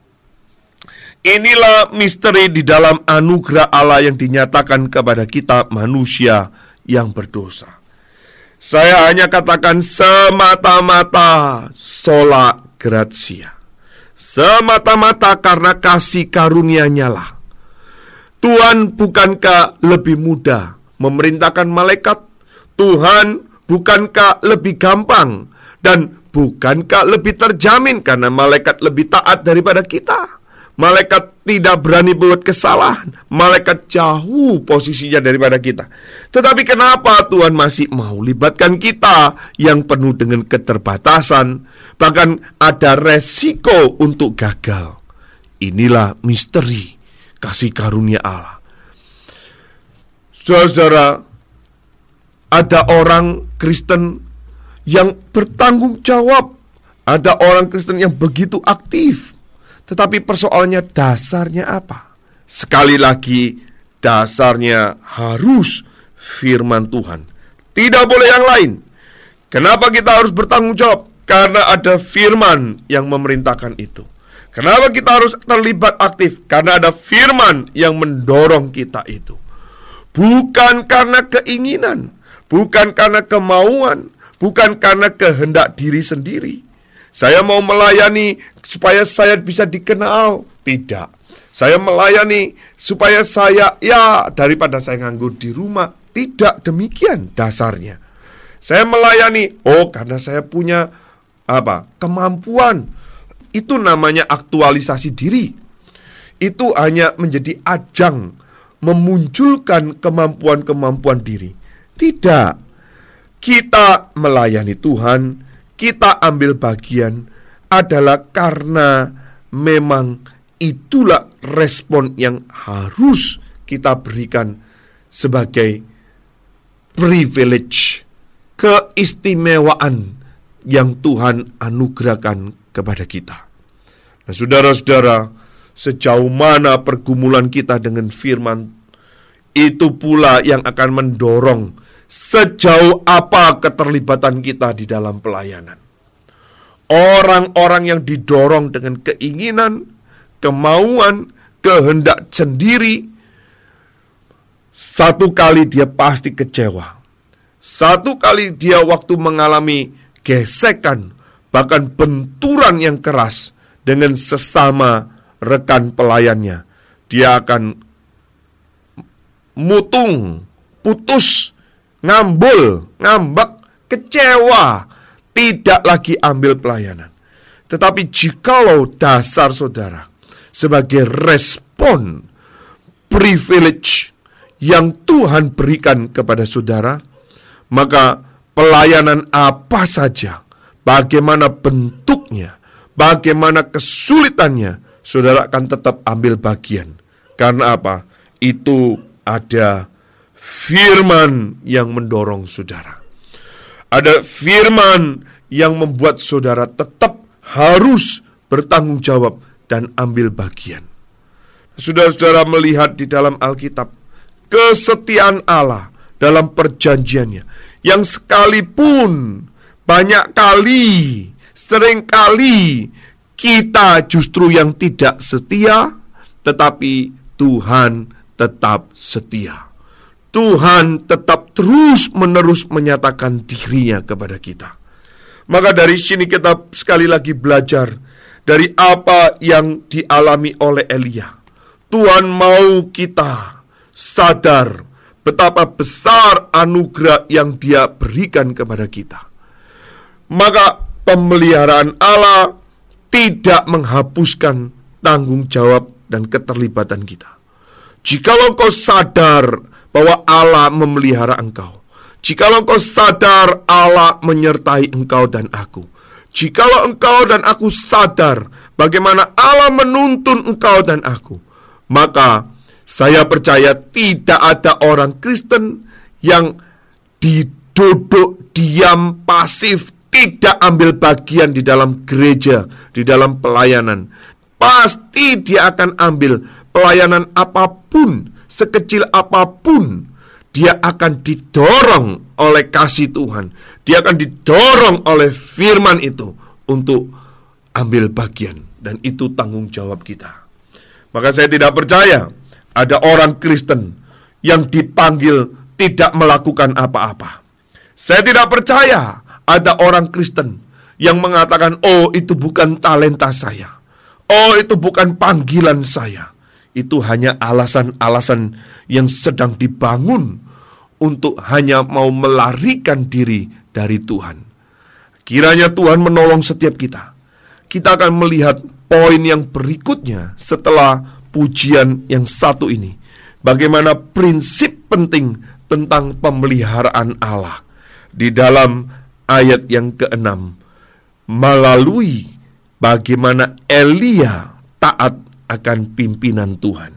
Inilah misteri di dalam anugerah Allah yang dinyatakan kepada kita manusia yang berdosa. Saya hanya katakan semata-mata sola gratia. Semata-mata karena kasih karunia-Nya lah. Tuhan bukankah lebih mudah memerintahkan malaikat? Tuhan bukankah lebih gampang? Dan bukankah lebih terjamin karena malaikat lebih taat daripada kita? Malaikat tidak berani buat kesalahan. Malaikat jauh posisinya daripada kita. Tetapi kenapa Tuhan masih mau libatkan kita yang penuh dengan keterbatasan, bahkan ada resiko untuk gagal? Inilah misteri kasih karunia Allah. Saudara, ada orang Kristen yang bertanggung jawab. Ada orang Kristen yang begitu aktif. Tetapi persoalannya dasarnya apa? Sekali lagi, dasarnya harus firman Tuhan. Tidak boleh yang lain. Kenapa kita harus bertanggung jawab? Karena ada firman yang memerintahkan itu. Kenapa kita harus terlibat aktif? Karena ada firman yang mendorong kita itu. Bukan karena keinginan, bukan karena kemauan, bukan karena kehendak diri sendiri. Saya mau melayani supaya saya bisa dikenal. Tidak. Saya melayani supaya saya, daripada saya nganggur di rumah. Tidak demikian dasarnya. Saya melayani, karena saya punya kemampuan. Itu namanya aktualisasi diri. Itu hanya menjadi ajang memunculkan kemampuan-kemampuan diri. Tidak. Kita melayani Tuhan, kita ambil bagian adalah karena memang itulah respon yang harus kita berikan sebagai privilege, keistimewaan yang Tuhan anugerahkan kepada kita. Nah, saudara-saudara, sejauh mana pergumulan kita dengan firman, itu pula yang akan mendorong sejauh apa keterlibatan kita di dalam pelayanan. Orang-orang yang didorong dengan keinginan, kemauan, kehendak sendiri, satu kali dia pasti kecewa. Satu kali dia waktu mengalami gesekan, bahkan benturan yang keras dengan sesama rekan pelayannya, dia akan mutung, putus, ngambul, ngambek, kecewa, tidak lagi ambil pelayanan. Tetapi jikalau dasar saudara sebagai respon privilege yang Tuhan berikan kepada saudara, maka pelayanan apa saja, bagaimana bentuknya, bagaimana kesulitannya, saudara akan tetap ambil bagian. Karena apa? Itu ada firman yang mendorong saudara. Ada firman yang membuat saudara tetap harus bertanggung jawab dan ambil bagian. Saudara-saudara melihat di dalam Alkitab kesetiaan Allah dalam perjanjiannya, yang sekalipun banyak kali, sering kali kita justru yang tidak setia, tetapi Tuhan tetap setia. Tuhan tetap terus-menerus menyatakan dirinya kepada kita. Maka dari sini kita sekali lagi belajar dari apa yang dialami oleh Elia. Tuhan mau kita sadar betapa besar anugerah yang Dia berikan kepada kita. Maka pemeliharaan Allah tidak menghapuskan tanggung jawab dan keterlibatan kita. Jikalau kau sadar bahwa Allah memelihara engkau, jikalau engkau sadar Allah menyertai engkau dan aku, jikalau engkau dan aku sadar bagaimana Allah menuntun engkau dan aku, maka saya percaya tidak ada orang Kristen yang duduk diam pasif, tidak ambil bagian di dalam gereja, di dalam pelayanan. Pasti dia akan ambil pelayanan apapun, sekecil apapun, dia akan didorong oleh kasih Tuhan. Dia akan didorong oleh firman itu untuk ambil bagian. Dan itu tanggung jawab kita. Maka saya tidak percaya ada orang Kristen yang dipanggil tidak melakukan apa-apa. Saya tidak percaya ada orang Kristen yang mengatakan, oh itu bukan talenta saya, oh itu bukan panggilan saya. Itu hanya alasan-alasan yang sedang dibangun untuk hanya mau melarikan diri dari Tuhan. Kiranya Tuhan menolong setiap kita. Kita akan melihat poin yang berikutnya setelah pujian yang satu ini. Bagaimana prinsip penting tentang pemeliharaan Allah di dalam ayat yang ke-6, melalui bagaimana Elia taat akan pimpinan Tuhan.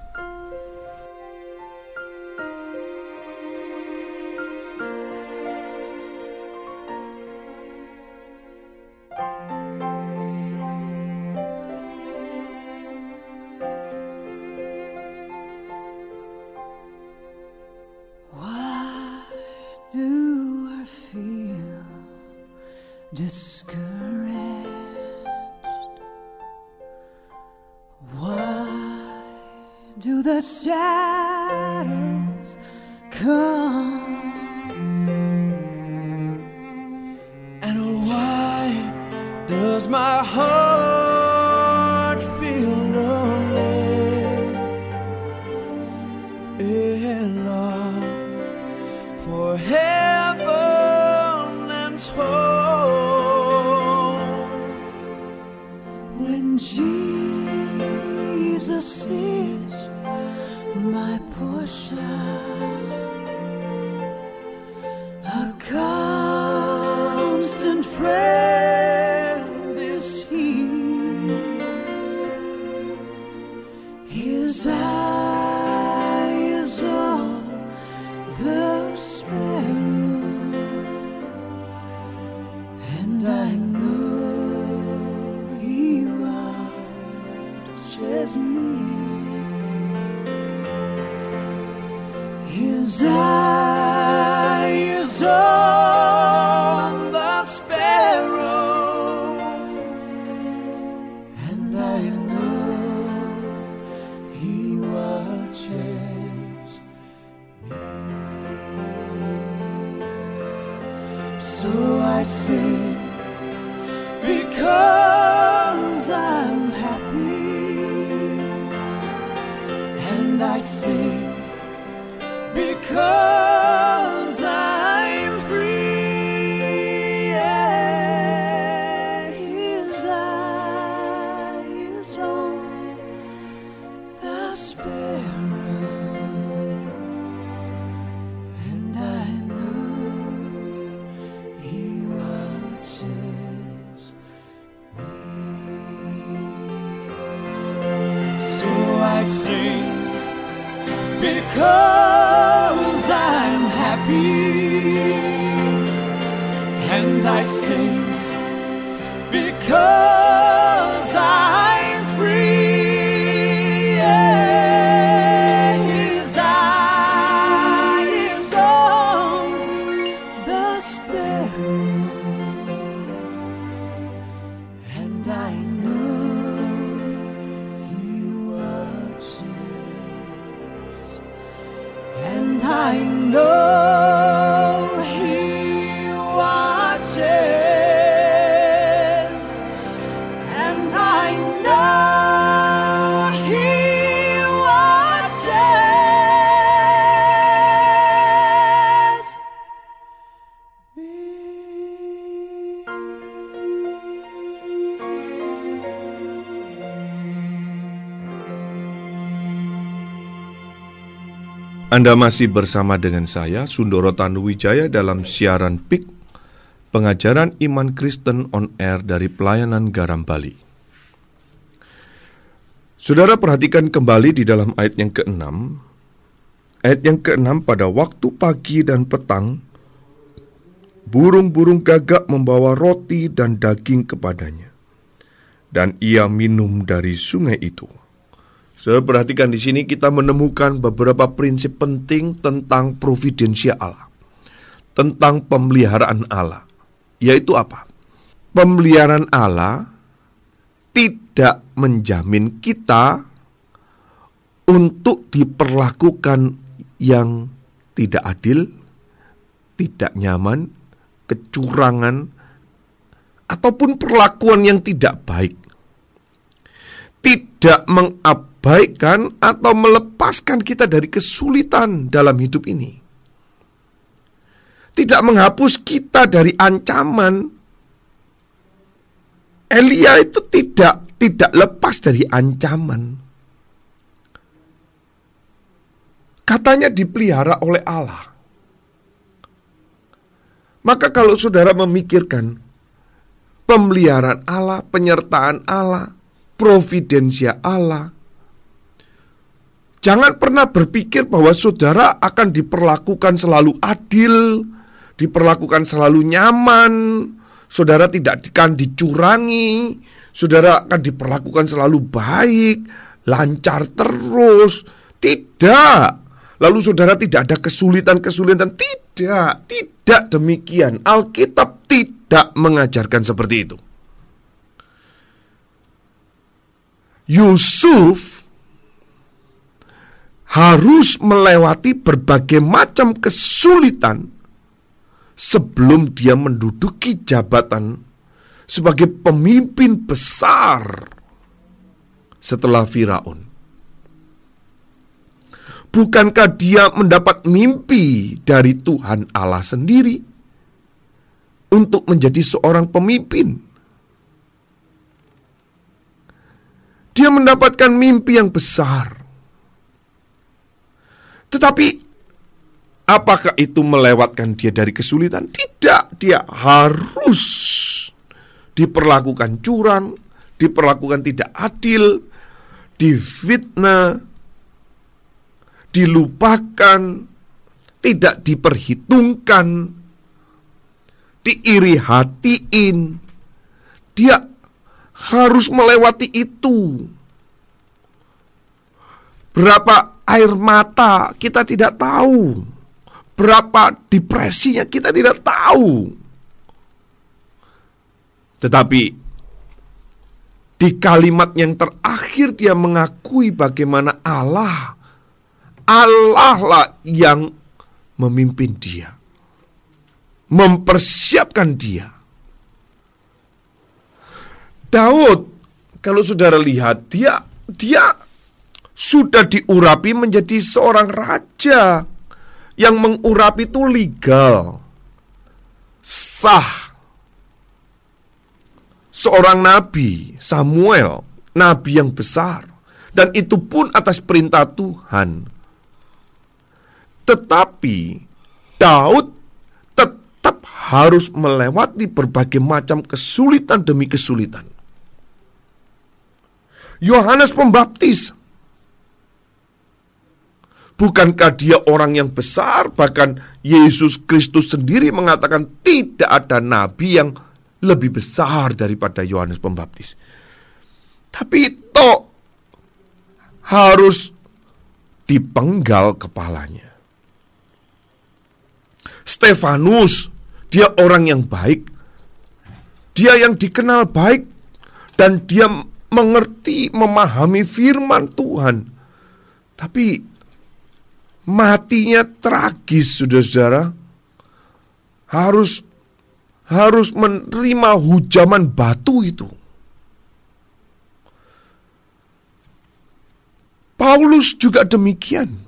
Do I feel discouraged? Why do the shadows come? And why does my heart feel lonely and long for heaven and home? When Jesus is my portion, a constant friend is He. His eye is on the sparrow, and I know He watches me. His eye is on the sparrow, and I know He watches me. So I sing because I'm happy, and I sing because I'm free. Yeah, His eye is on the sparrow, and I know He watches me. So I sing because I'm happy, and I sing because I'm free. Yeah, His eye is on the sparrow, and I know He watches. And I know He watches, and I know He watches me. Anda masih bersama dengan saya, Sundoro Tanuwijaya, dalam siaran PIK, pengajaran iman Kristen on air dari Pelayanan Garam Bali. Saudara perhatikan kembali di dalam ayat yang ke-6. Ayat yang ke-6, pada waktu pagi dan petang, burung-burung gagak membawa roti dan daging kepadanya, dan ia minum dari sungai itu. Saudara perhatikan di sini kita menemukan beberapa prinsip penting tentang providensia Allah, tentang pemeliharaan Allah. Yaitu apa? Pemeliharaan Allah tidak menjamin kita untuk diperlakukan yang tidak adil, tidak nyaman, kecurangan, ataupun perlakuan yang tidak baik. Tidak mengabaikan atau melepaskan kita dari kesulitan dalam hidup ini. Tidak menghapus kita dari ancaman. Elia itu tidak tidak lepas dari ancaman. Katanya dipelihara oleh Allah. Maka kalau saudara memikirkan pemeliharaan Allah, penyertaan Allah, providensia Allah, jangan pernah berpikir bahwa saudara akan diperlakukan selalu adil, diperlakukan selalu nyaman, saudara tidak akan dicurangi, saudara akan diperlakukan selalu baik, lancar terus. Tidak. Lalu saudara tidak ada kesulitan-kesulitan. Tidak demikian. Alkitab tidak mengajarkan seperti itu. Yusuf harus melewati berbagai macam kesulitan sebelum dia menduduki jabatan sebagai pemimpin besar setelah Firaun. Bukankah dia mendapat mimpi dari Tuhan Allah sendiri untuk menjadi seorang pemimpin? Dia mendapatkan mimpi yang besar. Tetapi apakah itu melewatkan dia dari kesulitan? Tidak, dia harus diperlakukan curang, diperlakukan tidak adil, difitnah, dilupakan, tidak diperhitungkan, diiri hatiin. Dia harus melewati itu. Berapa air mata kita tidak tahu, berapa depresinya kita tidak tahu. Tetapi di kalimat yang terakhir dia mengakui bagaimana Allah lah yang memimpin dia, mempersiapkan dia. Daud, kalau saudara lihat, dia sudah diurapi menjadi seorang raja. Yang mengurapi itu legal, sah. Seorang nabi, Samuel, nabi yang besar, dan itu pun atas perintah Tuhan. Tetapi Daud tetap harus melewati berbagai macam kesulitan demi kesulitan. Yohanes Pembaptis, bukankah dia orang yang besar? Bahkan Yesus Kristus sendiri mengatakan tidak ada nabi yang lebih besar daripada Yohanes Pembaptis. Tapi toh harus dipenggal kepalanya. Stefanus, dia orang yang baik, dia yang dikenal baik, dan dia mengerti, memahami firman Tuhan. Tapi matinya tragis, saudara-saudara. Harus menerima hujaman batu itu. Paulus juga demikian.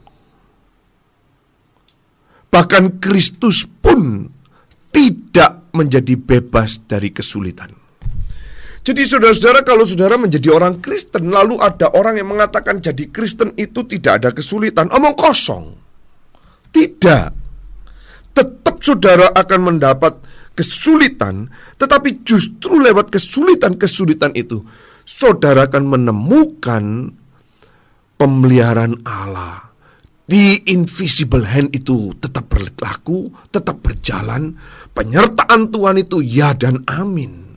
Bahkan Kristus pun tidak menjadi bebas dari kesulitan. Jadi saudara-saudara, kalau saudara menjadi orang Kristen, lalu ada orang yang mengatakan jadi Kristen itu tidak ada kesulitan, omong kosong. Tidak. Tetap saudara akan mendapat kesulitan, tetapi justru lewat kesulitan-kesulitan itu, saudara akan menemukan pemeliharaan Allah. The invisible hand itu tetap berlaku, tetap berjalan. Penyertaan Tuhan itu ya dan amin.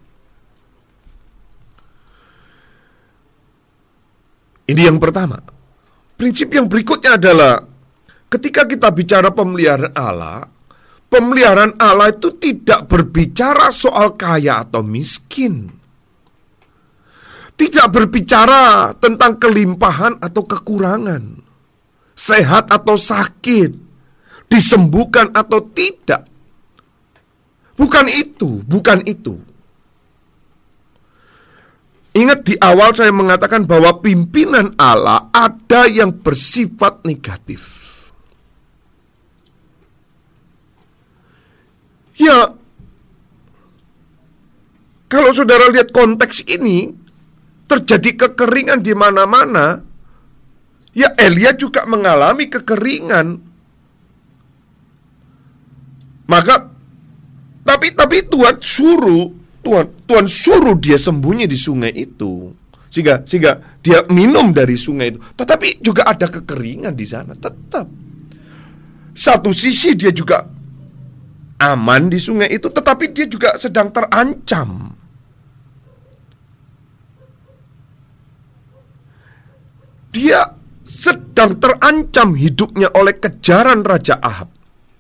Ini yang pertama. Prinsip yang berikutnya adalah ketika kita bicara pemeliharaan Allah itu tidak berbicara soal kaya atau miskin. Tidak berbicara tentang kelimpahan atau kekurangan, sehat atau sakit, disembuhkan atau tidak. Bukan itu. Ingat di awal saya mengatakan bahwa pimpinan Allah ada yang bersifat negatif. Ya, kalau saudara lihat konteks ini, terjadi kekeringan di mana-mana, ya Elia juga mengalami kekeringan. Maka tapi Tuhan suruh dia sembunyi di sungai itu. Sehingga dia minum dari sungai itu. Tetapi juga ada kekeringan di sana. Tetap. Satu sisi dia juga aman di sungai itu, tetapi dia juga sedang terancam. Dia sedang terancam hidupnya oleh kejaran Raja Ahab.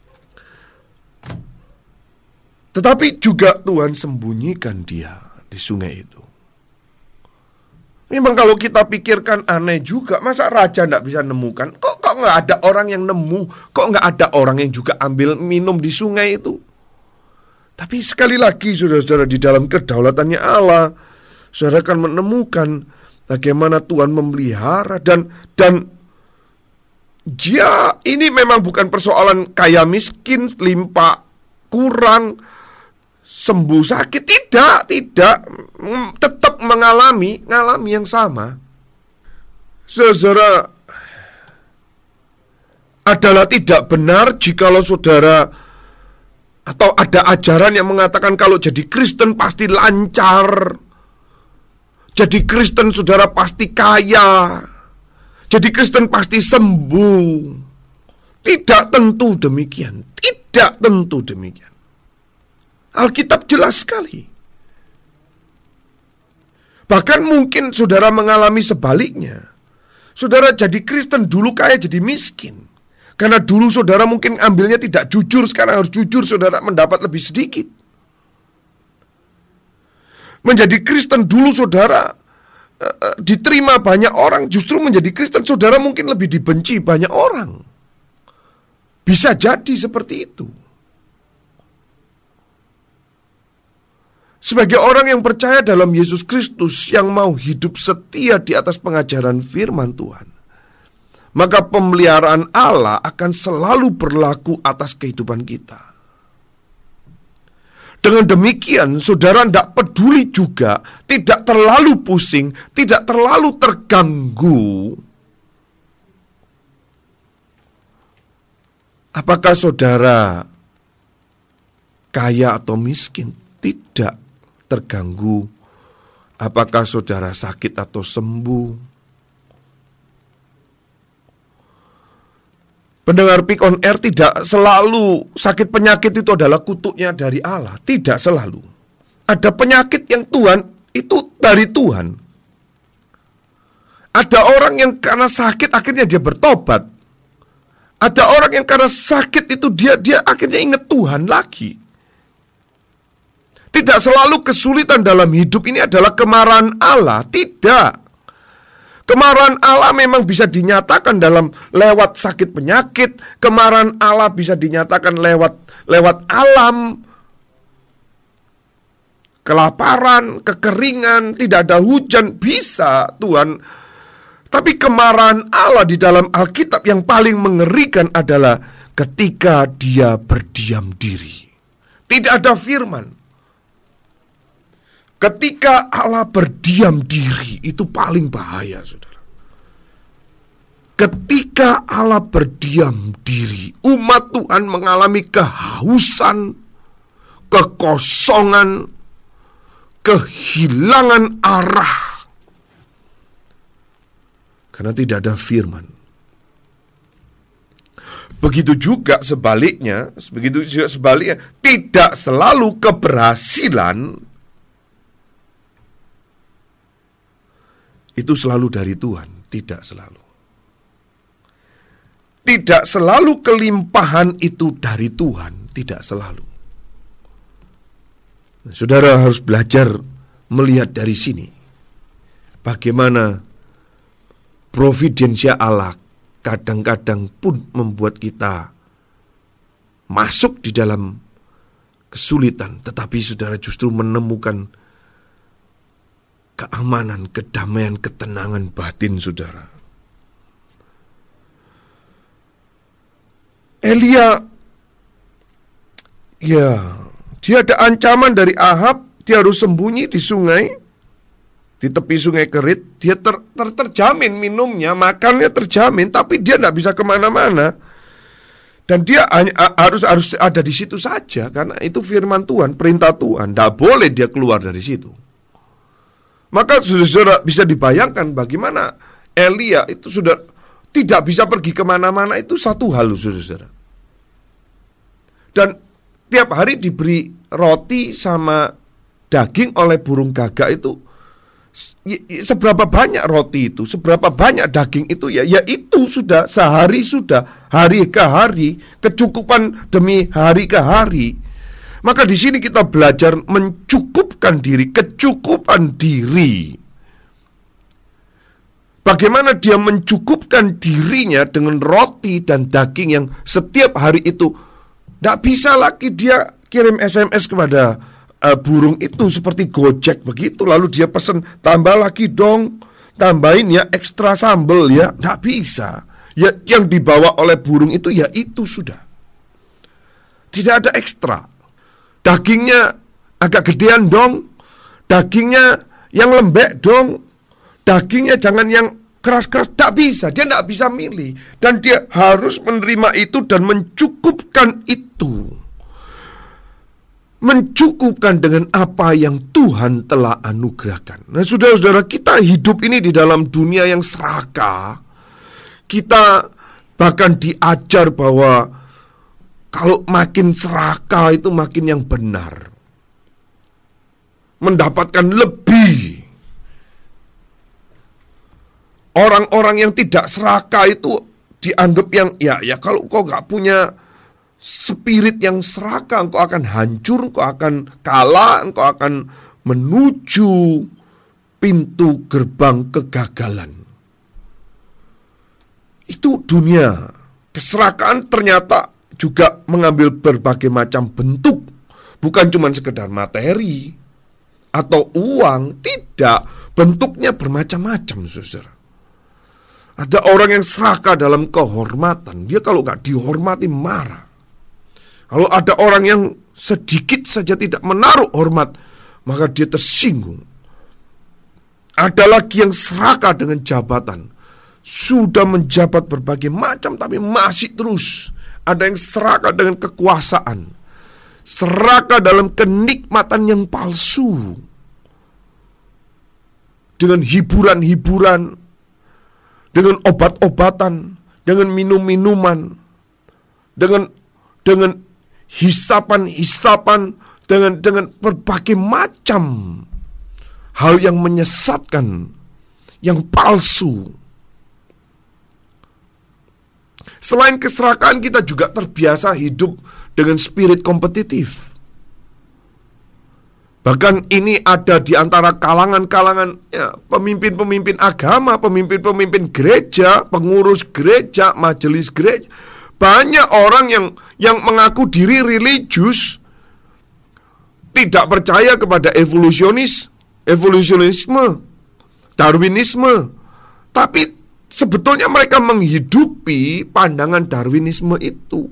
Tetapi juga Tuhan sembunyikan dia di sungai itu. Memang kalau kita pikirkan aneh juga, masa raja tidak bisa nemukan? Kok nggak ada orang yang nemu? Kok nggak ada orang yang juga ambil minum di sungai itu? Tapi sekali lagi, saudara-saudara, di dalam kedaulatannya Allah, saudara akan menemukan bagaimana Tuhan memelihara dan ya ini memang bukan persoalan kaya miskin, limpah, kurang, sembuh sakit, tidak, tetap mengalami yang sama. Saudara, adalah tidak benar jikalau saudara atau ada ajaran yang mengatakan kalau jadi Kristen pasti lancar, jadi Kristen saudara pasti kaya, jadi Kristen pasti sembuh. Tidak tentu demikian, tidak tentu demikian. Alkitab jelas sekali. Bahkan mungkin saudara mengalami sebaliknya. Saudara jadi Kristen dulu kaya jadi miskin. Karena dulu saudara mungkin ambilnya tidak jujur, sekarang harus jujur, saudara mendapat lebih sedikit. Menjadi Kristen dulu saudara diterima banyak orang, justru menjadi Kristen saudara mungkin lebih dibenci banyak orang. Bisa jadi seperti itu. Sebagai orang yang percaya dalam Yesus Kristus, yang mau hidup setia di atas pengajaran firman Tuhan, maka pemeliharaan Allah akan selalu berlaku atas kehidupan kita. Dengan demikian, saudara tidak peduli juga, tidak terlalu pusing, tidak terlalu terganggu. Apakah saudara kaya atau miskin? Tidak terganggu. Apakah saudara sakit atau sembuh? Pendengar Pick on Air, tidak selalu sakit penyakit itu adalah kutuknya dari Allah. Tidak selalu. Ada penyakit yang Tuhan itu dari Tuhan. Ada orang yang karena sakit akhirnya dia bertobat. Ada orang yang karena sakit itu dia akhirnya ingat Tuhan lagi. Tidak selalu kesulitan dalam hidup ini adalah kemarahan Allah. Tidak. Kemarahan Allah memang bisa dinyatakan lewat sakit penyakit. Kemarahan Allah bisa dinyatakan lewat alam, kelaparan, kekeringan, tidak ada hujan, bisa Tuhan. Tapi kemarahan Allah di dalam Alkitab yang paling mengerikan adalah ketika dia berdiam diri. Tidak ada firman. Ketika Allah berdiam diri, itu paling bahaya, saudara. Ketika Allah berdiam diri, umat Tuhan mengalami kehausan, kekosongan, kehilangan arah. Karena tidak ada firman. Begitu juga sebaliknya, tidak selalu keberhasilan itu selalu dari Tuhan, tidak selalu. Tidak selalu kelimpahan itu dari Tuhan, tidak selalu. Nah, saudara harus belajar melihat dari sini bagaimana providensia Allah kadang-kadang pun membuat kita masuk di dalam kesulitan, tetapi saudara justru menemukan keamanan, kedamaian, ketenangan batin saudara. Elia, ya, dia ada ancaman dari Ahab, dia harus sembunyi di sungai. di tepi sungai Kerit, dia terjamin minumnya, makannya terjamin, tapi dia tidak bisa kemana-mana. Dan dia harus ada di situ saja, karena itu firman Tuhan, perintah Tuhan. Tidak boleh dia keluar dari situ. Maka saudara bisa dibayangkan bagaimana Elia itu sudah tidak bisa pergi kemana-mana, itu satu hal, saudara. Dan tiap hari diberi roti sama daging oleh burung gagak itu, seberapa banyak roti itu, seberapa banyak daging itu, ya itu sudah sehari, sudah hari ke hari, kecukupan demi hari ke hari. Maka di sini kita belajar mencukupkan diri, kecukupan diri. Bagaimana dia mencukupkan dirinya dengan roti dan daging yang setiap hari itu. Tidak bisa lagi dia kirim SMS kepada burung itu seperti Gojek begitu, lalu dia pesan tambah lagi dong, tambahin ya ekstra sambal ya, nggak bisa. Ya yang dibawa oleh burung itu ya itu sudah, tidak ada ekstra. Dagingnya agak gedean dong, dagingnya yang lembek dong, dagingnya jangan yang keras-keras, nggak bisa. Dia nggak bisa milih, dan dia harus menerima itu dan mencukupkan itu. Mencukupkan dengan apa yang Tuhan telah anugerahkan. Nah, saudara-saudara, kita hidup ini di dalam dunia yang serakah. Kita bahkan diajar bahwa kalau makin serakah itu makin yang benar, mendapatkan lebih. Orang-orang yang tidak serakah itu dianggap yang ya kalau kau gak punya spirit yang serakah, engkau akan hancur, engkau akan kalah, engkau akan menuju pintu gerbang kegagalan. Itu dunia. Keserakahan ternyata juga mengambil berbagai macam bentuk. Bukan cuma sekedar materi atau uang, tidak. Bentuknya bermacam-macam, saudara. Ada orang yang serakah dalam kehormatan. Dia kalau gak dihormati marah. Kalau ada orang yang sedikit saja tidak menaruh hormat, maka dia tersinggung. Ada lagi yang serakah dengan jabatan. Sudah menjabat berbagai macam tapi masih terus. Ada yang serakah dengan kekuasaan, serakah dalam kenikmatan yang palsu, dengan hiburan-hiburan, dengan obat-obatan, dengan minum-minuman, dengan hisapan-hisapan, dengan berbagai macam hal yang menyesatkan, yang palsu. Selain keserakahan, kita juga terbiasa hidup dengan spirit kompetitif. Bahkan ini ada di antara kalangan-kalangan pemimpin-pemimpin agama, pemimpin-pemimpin gereja, pengurus gereja, majelis gereja. Banyak orang yang mengaku diri religius, tidak percaya kepada evolusionisme, Darwinisme, tapi sebetulnya mereka menghidupi pandangan Darwinisme itu.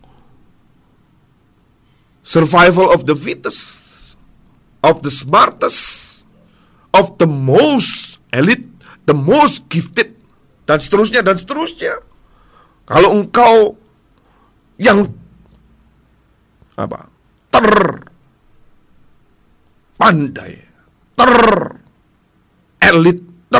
Survival of the fittest, of the smartest, of the most elite, the most gifted, dan seterusnya, dan seterusnya. Kalau engkau yang terpandai, terelit,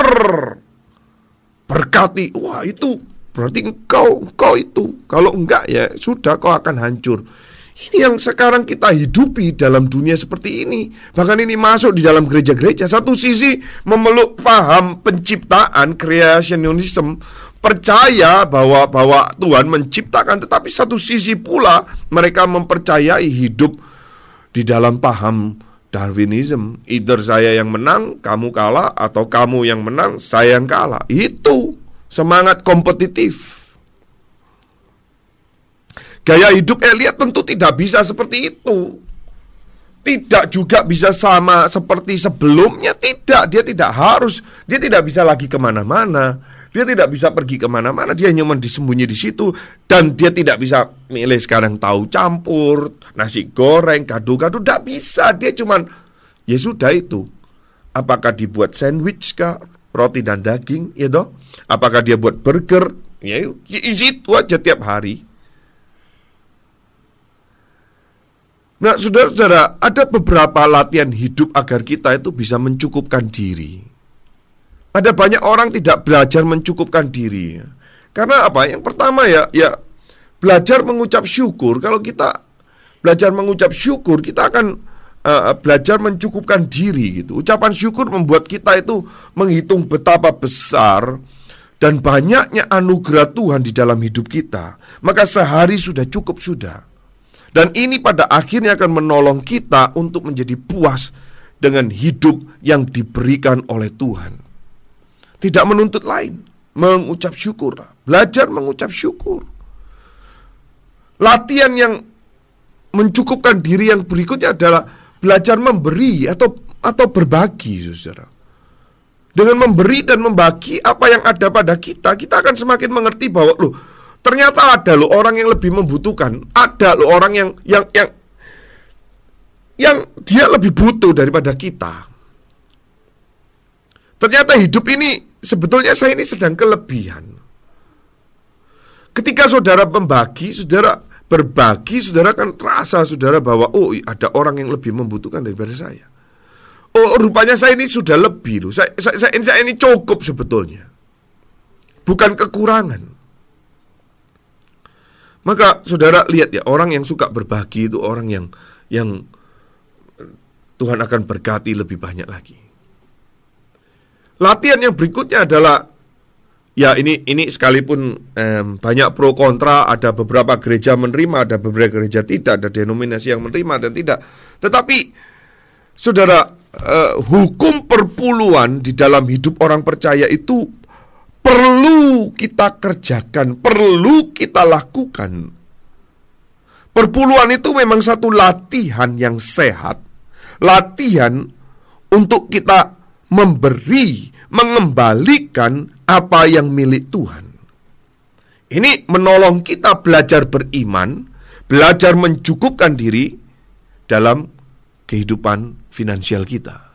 berkati, wah itu berarti engkau itu. Kalau enggak ya sudah, kau akan hancur. Ini yang sekarang kita hidupi dalam dunia seperti ini. Bahkan ini masuk di dalam gereja-gereja. Satu sisi memeluk paham penciptaan, creationism, percaya bahwa Tuhan menciptakan, tetapi satu sisi pula mereka mempercayai hidup di dalam paham Darwinism. Either saya yang menang, kamu kalah, atau kamu yang menang, saya yang kalah. Itu semangat kompetitif. Gaya hidup Elia tentu tidak bisa seperti itu. Tidak juga bisa sama seperti sebelumnya. Tidak, dia tidak harus. Dia tidak bisa lagi kemana-mana. Dia tidak bisa pergi kemana-mana. Dia hanya disembunyi di situ. Dan dia tidak bisa milih sekarang tahu campur, nasi goreng, gado-gado. Tidak bisa. Dia cuman, ya sudah itu. Apakah dibuat sandwich kah, roti dan daging, ya toh? Apakah dia buat burger? Ya itu aja tiap hari. Nah, saudara-saudara, ada beberapa latihan hidup agar kita itu bisa mencukupkan diri. Ada banyak orang tidak belajar mencukupkan diri. Karena apa? Yang pertama ya belajar mengucap syukur. Kalau kita belajar mengucap syukur, kita akan belajar mencukupkan diri gitu. Ucapan syukur membuat kita itu menghitung betapa besar dan banyaknya anugerah Tuhan di dalam hidup kita. Maka sehari sudah cukup sudah. Dan ini pada akhirnya akan menolong kita untuk menjadi puas dengan hidup yang diberikan oleh Tuhan. Tidak menuntut lain, mengucap syukur. Belajar mengucap syukur. Latihan yang mencukupkan diri yang berikutnya adalah belajar memberi atau berbagi, saudara. Dengan memberi dan membagi apa yang ada pada kita akan semakin mengerti bahwa ternyata ada orang yang lebih membutuhkan, ada orang yang dia lebih butuh daripada kita. Ternyata hidup ini sebetulnya saya ini sedang kelebihan. Ketika saudara berbagi, saudara kan terasa saudara bahwa ada orang yang lebih membutuhkan daripada saya. Rupanya saya ini sudah lebih loh. Saya ini cukup sebetulnya. Bukan kekurangan. Maka saudara lihat ya, orang yang suka berbagi itu orang yang Tuhan akan berkati lebih banyak lagi. Latihan yang berikutnya adalah ini sekalipun banyak pro kontra, ada beberapa gereja menerima, ada beberapa gereja tidak, ada denominasi yang menerima dan tidak. Tetapi saudara, hukum perpuluhan di dalam hidup orang percaya itu perlu kita kerjakan, perlu kita lakukan. Perpuluhan itu memang satu latihan yang sehat, latihan untuk kita memberi, mengembalikan apa yang milik Tuhan. Ini menolong kita belajar beriman, belajar mencukupkan diri dalam kehidupan finansial kita.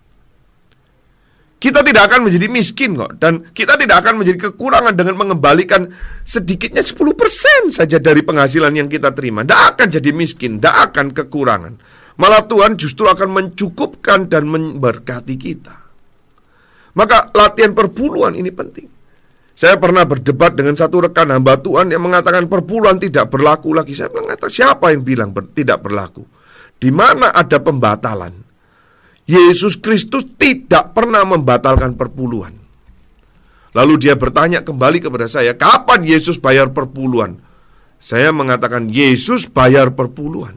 Kita tidak akan menjadi miskin kok, dan kita tidak akan menjadi kekurangan dengan mengembalikan sedikitnya 10% saja dari penghasilan yang kita terima. Tidak akan jadi miskin, tidak akan kekurangan. Malah Tuhan justru akan mencukupkan dan memberkati kita. Maka latihan perpuluhan ini penting. Saya pernah berdebat dengan satu rekan hamba Tuhan yang mengatakan perpuluhan tidak berlaku lagi. Saya mengatakan, siapa yang bilang tidak berlaku? Di mana ada pembatalan? Yesus Kristus tidak pernah membatalkan perpuluhan. Lalu dia bertanya kembali kepada saya, kapan Yesus bayar perpuluhan? Saya mengatakan, Yesus bayar perpuluhan.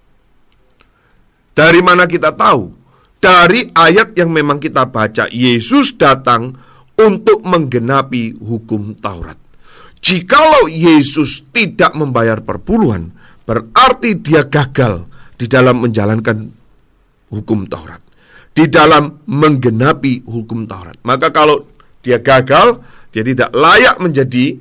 Dari mana kita tahu? Dari ayat yang memang kita baca, Yesus datang untuk menggenapi hukum Taurat. Jikalau Yesus tidak membayar perpuluhan, berarti dia gagal di dalam menjalankan hukum Taurat, di dalam menggenapi hukum Taurat. Maka kalau dia gagal, dia tidak layak menjadi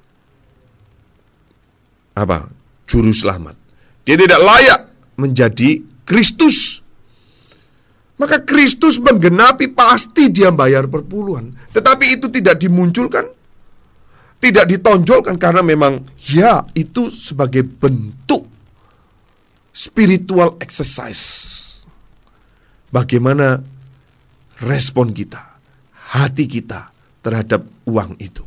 juru selamat. Dia tidak layak menjadi Kristus. Maka Kristus menggenapi, pasti dia bayar perpuluhan. Tetapi itu tidak dimunculkan, tidak ditonjolkan, karena memang itu sebagai bentuk spiritual exercise. Bagaimana respon kita, hati kita terhadap uang itu.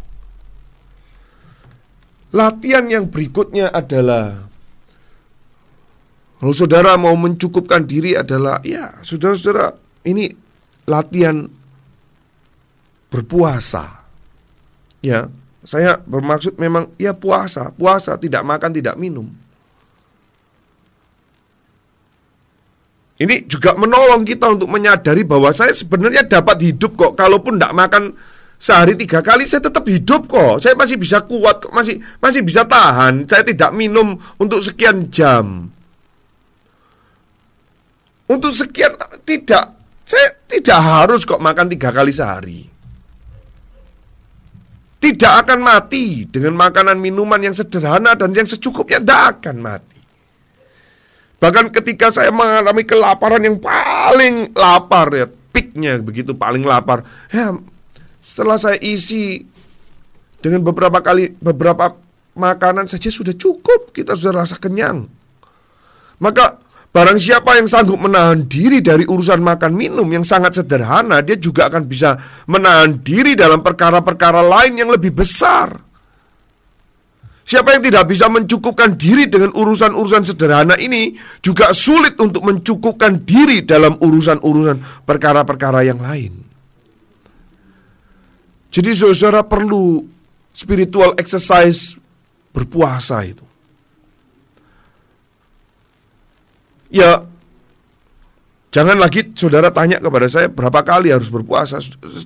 Latihan yang berikutnya adalah, kalau saudara mau mencukupkan diri adalah, saudara-saudara, ini latihan berpuasa. Ya, saya bermaksud memang puasa, tidak makan, tidak minum. Ini juga menolong kita untuk menyadari bahwa saya sebenarnya dapat hidup kok. Kalaupun tidak makan sehari 3 kali, saya tetap hidup kok. Saya masih bisa kuat kok, masih bisa tahan. Saya tidak minum untuk sekian jam. Untuk sekian, saya tidak harus kok makan 3 kali sehari. Tidak akan mati dengan makanan minuman yang sederhana dan yang secukupnya, tidak akan mati. Bahkan ketika saya mengalami kelaparan yang paling lapar ya, peaknya begitu, paling lapar. Ya, setelah saya isi dengan beberapa makanan saja sudah cukup, kita sudah rasa kenyang. Maka barang siapa yang sanggup menahan diri dari urusan makan minum yang sangat sederhana, dia juga akan bisa menahan diri dalam perkara-perkara lain yang lebih besar. Siapa yang tidak bisa mencukupkan diri dengan urusan-urusan sederhana ini, juga sulit untuk mencukupkan diri dalam urusan-urusan perkara-perkara yang lain. Jadi saudara perlu spiritual exercise berpuasa itu. Ya, jangan lagi saudara tanya kepada saya berapa kali harus berpuasa.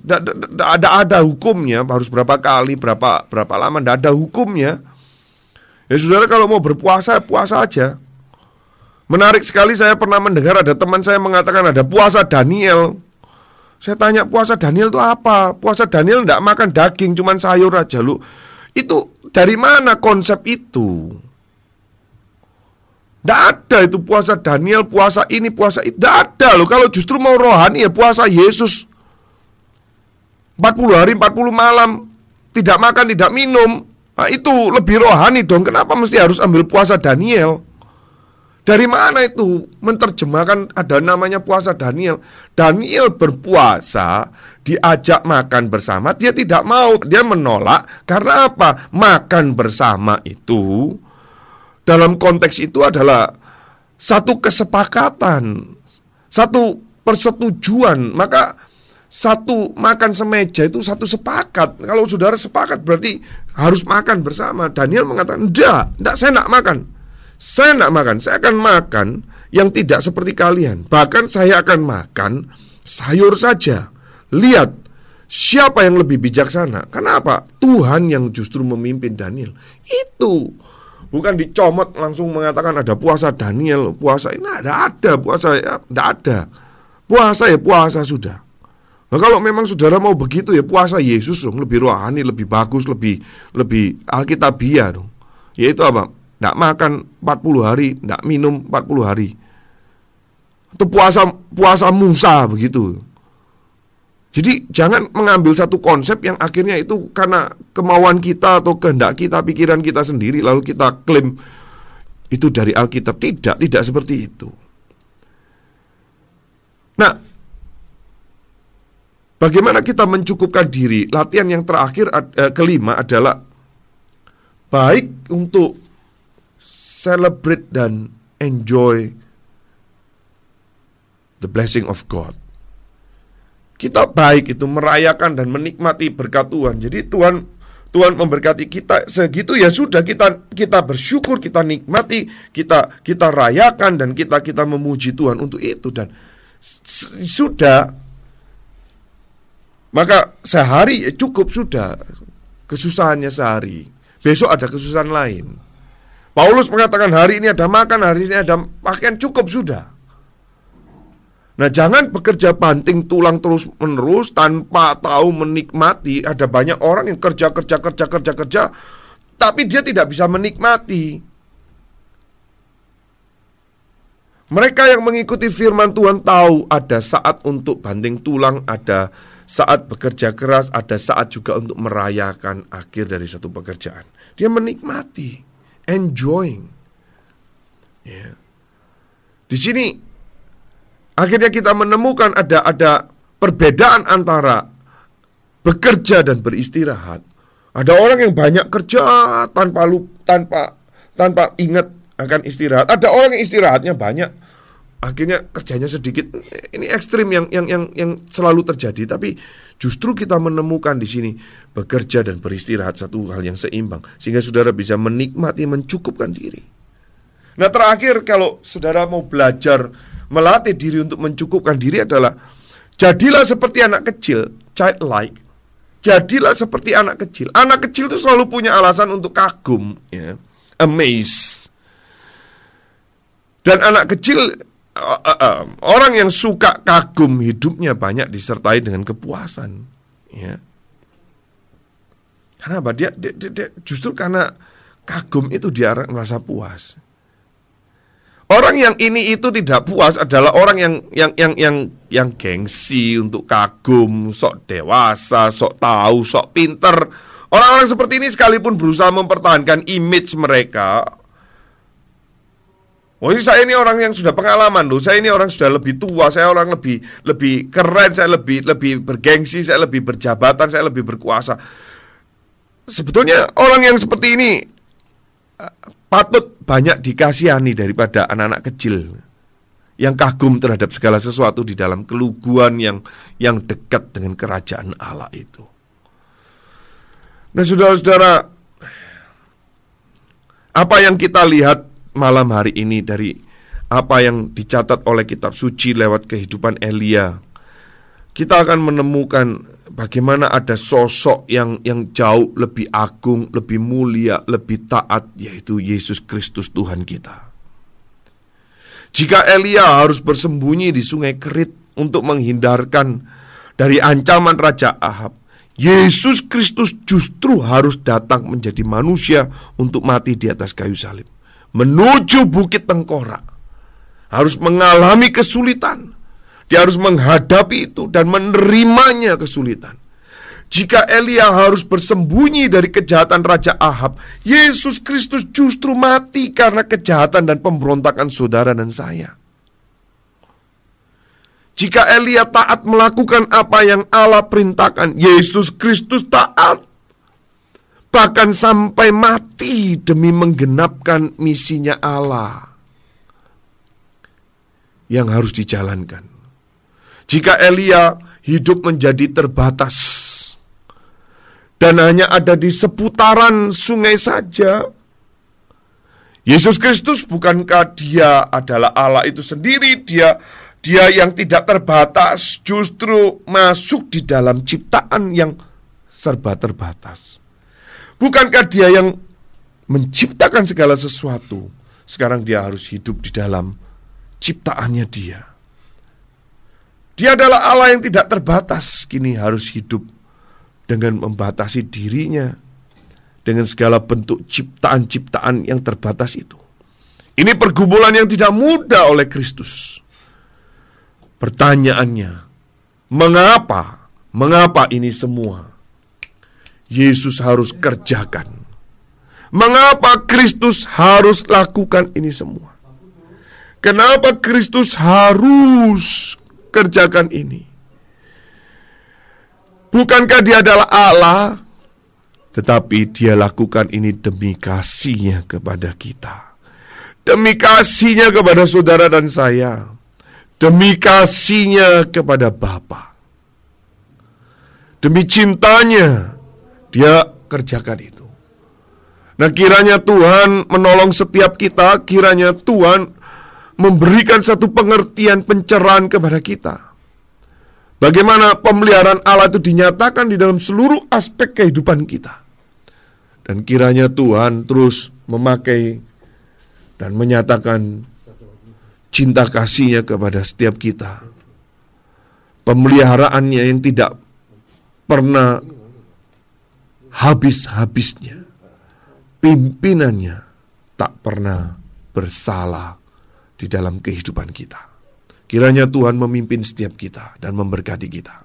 Ada hukumnya, harus berapa kali, berapa lama, tidak ada hukumnya. Ya saudara, kalau mau berpuasa, puasa aja. Menarik sekali, saya pernah mendengar ada teman saya mengatakan ada puasa Daniel. Saya tanya, puasa Daniel itu apa? Puasa Daniel tidak makan daging, cuman sayur aja. Itu dari mana konsep itu? Tidak ada itu puasa Daniel, puasa ini, puasa itu. Tidak ada loh. Kalau justru mau rohani ya puasa Yesus. 40 hari, 40 malam. Tidak makan, tidak minum. Nah, itu lebih rohani dong. Kenapa mesti harus ambil puasa Daniel? Dari mana itu menerjemahkan ada namanya puasa Daniel? Daniel berpuasa, diajak makan bersama, dia tidak mau, dia menolak. Karena apa? Makan bersama itu dalam konteks itu adalah satu kesepakatan, satu persetujuan. Maka satu makan semeja itu satu sepakat. Kalau saudara sepakat berarti harus makan bersama. Daniel mengatakan, enggak, saya enggak makan. Saya enggak makan, saya akan makan yang tidak seperti kalian. Bahkan saya akan makan sayur saja. Lihat siapa yang lebih bijaksana. Kenapa? Tuhan yang justru memimpin Daniel. Itu bukan dicomot langsung mengatakan ada puasa Daniel, puasa ini ada puasa ya, enggak ada. Puasa ya puasa sudah. Nah, kalau memang saudara mau begitu ya puasa Yesus dong, lebih rohani, lebih bagus, lebih alkitabiah dong. Yaitu apa? Nggak makan 40 hari, nggak minum 40 hari. Itu puasa Musa begitu. Jadi jangan mengambil satu konsep yang akhirnya itu karena kemauan kita atau kehendak kita, pikiran kita sendiri, lalu kita klaim itu dari Alkitab. Tidak seperti itu. Nah, bagaimana kita mencukupkan diri? Latihan yang terakhir kelima adalah baik untuk celebrate dan enjoy the blessing of God. Kita baik itu merayakan dan menikmati berkat Tuhan. Jadi Tuhan memberkati kita segitu ya sudah, kita bersyukur, kita nikmati, kita rayakan dan kita memuji Tuhan untuk itu dan sudah. Maka sehari cukup sudah. Kesusahannya sehari. Besok ada kesusahan lain. Paulus mengatakan hari ini ada makan, hari ini ada pakaian, cukup sudah. Nah, jangan bekerja banting tulang terus menerus tanpa tahu menikmati. Ada banyak orang yang kerja, tapi dia tidak bisa menikmati. Mereka yang mengikuti firman Tuhan tahu ada saat untuk banting tulang, ada saat bekerja keras, ada saat juga untuk merayakan akhir dari satu pekerjaan. Dia menikmati, enjoying. Ya. Di sini akhirnya kita menemukan ada perbedaan antara bekerja dan beristirahat. Ada orang yang banyak kerja tanpa ingat akan istirahat. Ada orang yang istirahatnya banyak, akhirnya kerjanya sedikit. Ini ekstrim yang selalu terjadi. Tapi justru kita menemukan di sini bekerja dan beristirahat satu hal yang seimbang, sehingga saudara bisa menikmati, mencukupkan diri. Nah, terakhir kalau saudara mau belajar melatih diri untuk mencukupkan diri adalah jadilah seperti anak kecil, childlike. Jadilah seperti anak kecil. Anak kecil itu selalu punya alasan untuk kagum, ya, amaze. Dan anak kecil, orang yang suka kagum hidupnya banyak disertai dengan kepuasan, ya. Kenapa? Dia justru karena kagum itu dia merasa puas. Orang yang ini itu tidak puas adalah orang yang yang gengsi, untuk kagum, sok dewasa, sok tahu, sok pinter. Orang-orang seperti ini sekalipun berusaha mempertahankan image mereka. Oh, saya ini orang yang sudah pengalaman loh. Saya ini orang sudah lebih tua, saya orang lebih keren, saya lebih bergengsi, saya lebih berjabatan, saya lebih berkuasa. Sebetulnya orang yang seperti ini patut banyak dikasihani daripada anak-anak kecil yang kagum terhadap segala sesuatu di dalam keluguan yang dekat dengan kerajaan Allah itu. Nah, saudara-saudara, apa yang kita lihat malam hari ini dari apa yang dicatat oleh kitab suci lewat kehidupan Elia, kita akan menemukan bagaimana ada sosok yang jauh lebih agung, lebih mulia, lebih taat, yaitu Yesus Kristus Tuhan kita. Jika Elia harus bersembunyi di sungai Kerit untuk menghindarkan dari ancaman Raja Ahab, Yesus Kristus justru harus datang menjadi manusia untuk mati di atas kayu salib, menuju Bukit Tengkorak. Harus mengalami kesulitan. Dia harus menghadapi itu dan menerimanya kesulitan. Jika Elia harus bersembunyi dari kejahatan Raja Ahab, Yesus Kristus justru mati karena kejahatan dan pemberontakan saudara dan saya. Jika Elia taat melakukan apa yang Allah perintahkan, Yesus Kristus taat, bahkan sampai mati demi menggenapkan misinya Allah yang harus dijalankan. Jika Elia hidup menjadi terbatas dan hanya ada di seputaran sungai saja, Yesus Kristus bukankah dia adalah Allah itu sendiri? Dia yang tidak terbatas justru masuk di dalam ciptaan yang serba terbatas. Bukankah dia yang menciptakan segala sesuatu? Sekarang dia harus hidup di dalam ciptaannya dia. Dia adalah Allah yang tidak terbatas, kini harus hidup dengan membatasi dirinya dengan segala bentuk ciptaan-ciptaan yang terbatas itu. Ini pergumulan yang tidak mudah oleh Kristus. Pertanyaannya, mengapa ini semua Yesus harus kerjakan? Mengapa Kristus harus lakukan ini semua? Kenapa Kristus harus kerjakan ini? Bukankah dia adalah Allah? Tetapi dia lakukan ini demi kasihnya kepada kita, demi kasihnya kepada saudara dan saya, demi kasihnya kepada Bapa. Demi cintanya dia kerjakan itu. Nah, kiranya Tuhan menolong setiap kita, kiranya Tuhan memberikan satu pengertian pencerahan kepada kita. Bagaimana pemeliharaan Allah itu dinyatakan di dalam seluruh aspek kehidupan kita. Dan kiranya Tuhan terus memakai dan menyatakan cinta kasihnya kepada setiap kita. Pemeliharaannya yang tidak pernah habis-habisnya. Pimpinannya tak pernah bersalah di dalam kehidupan kita. Kiranya Tuhan memimpin setiap kita dan memberkati kita.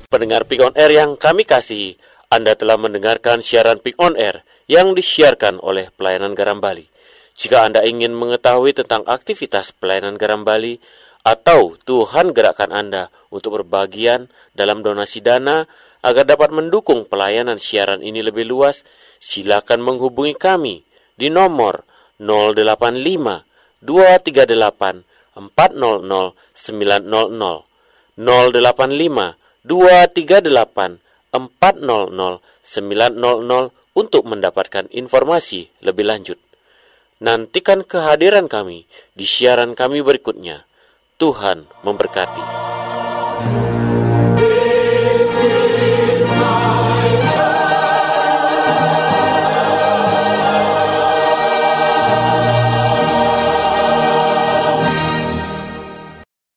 Pendengar Pick on Air yang kami kasihi, Anda telah mendengarkan siaran Pick on Air yang disiarkan oleh Pelayanan Garam Bali. Jika Anda ingin mengetahui tentang aktivitas Pelayanan Garam Bali atau Tuhan gerakkan Anda untuk berbagian dalam donasi dana agar dapat mendukung pelayanan siaran ini lebih luas, silakan menghubungi kami di nomor 085 238 400 900 085 238 400 900 untuk mendapatkan informasi lebih lanjut. Nantikan kehadiran kami di siaran kami berikutnya. Tuhan memberkati.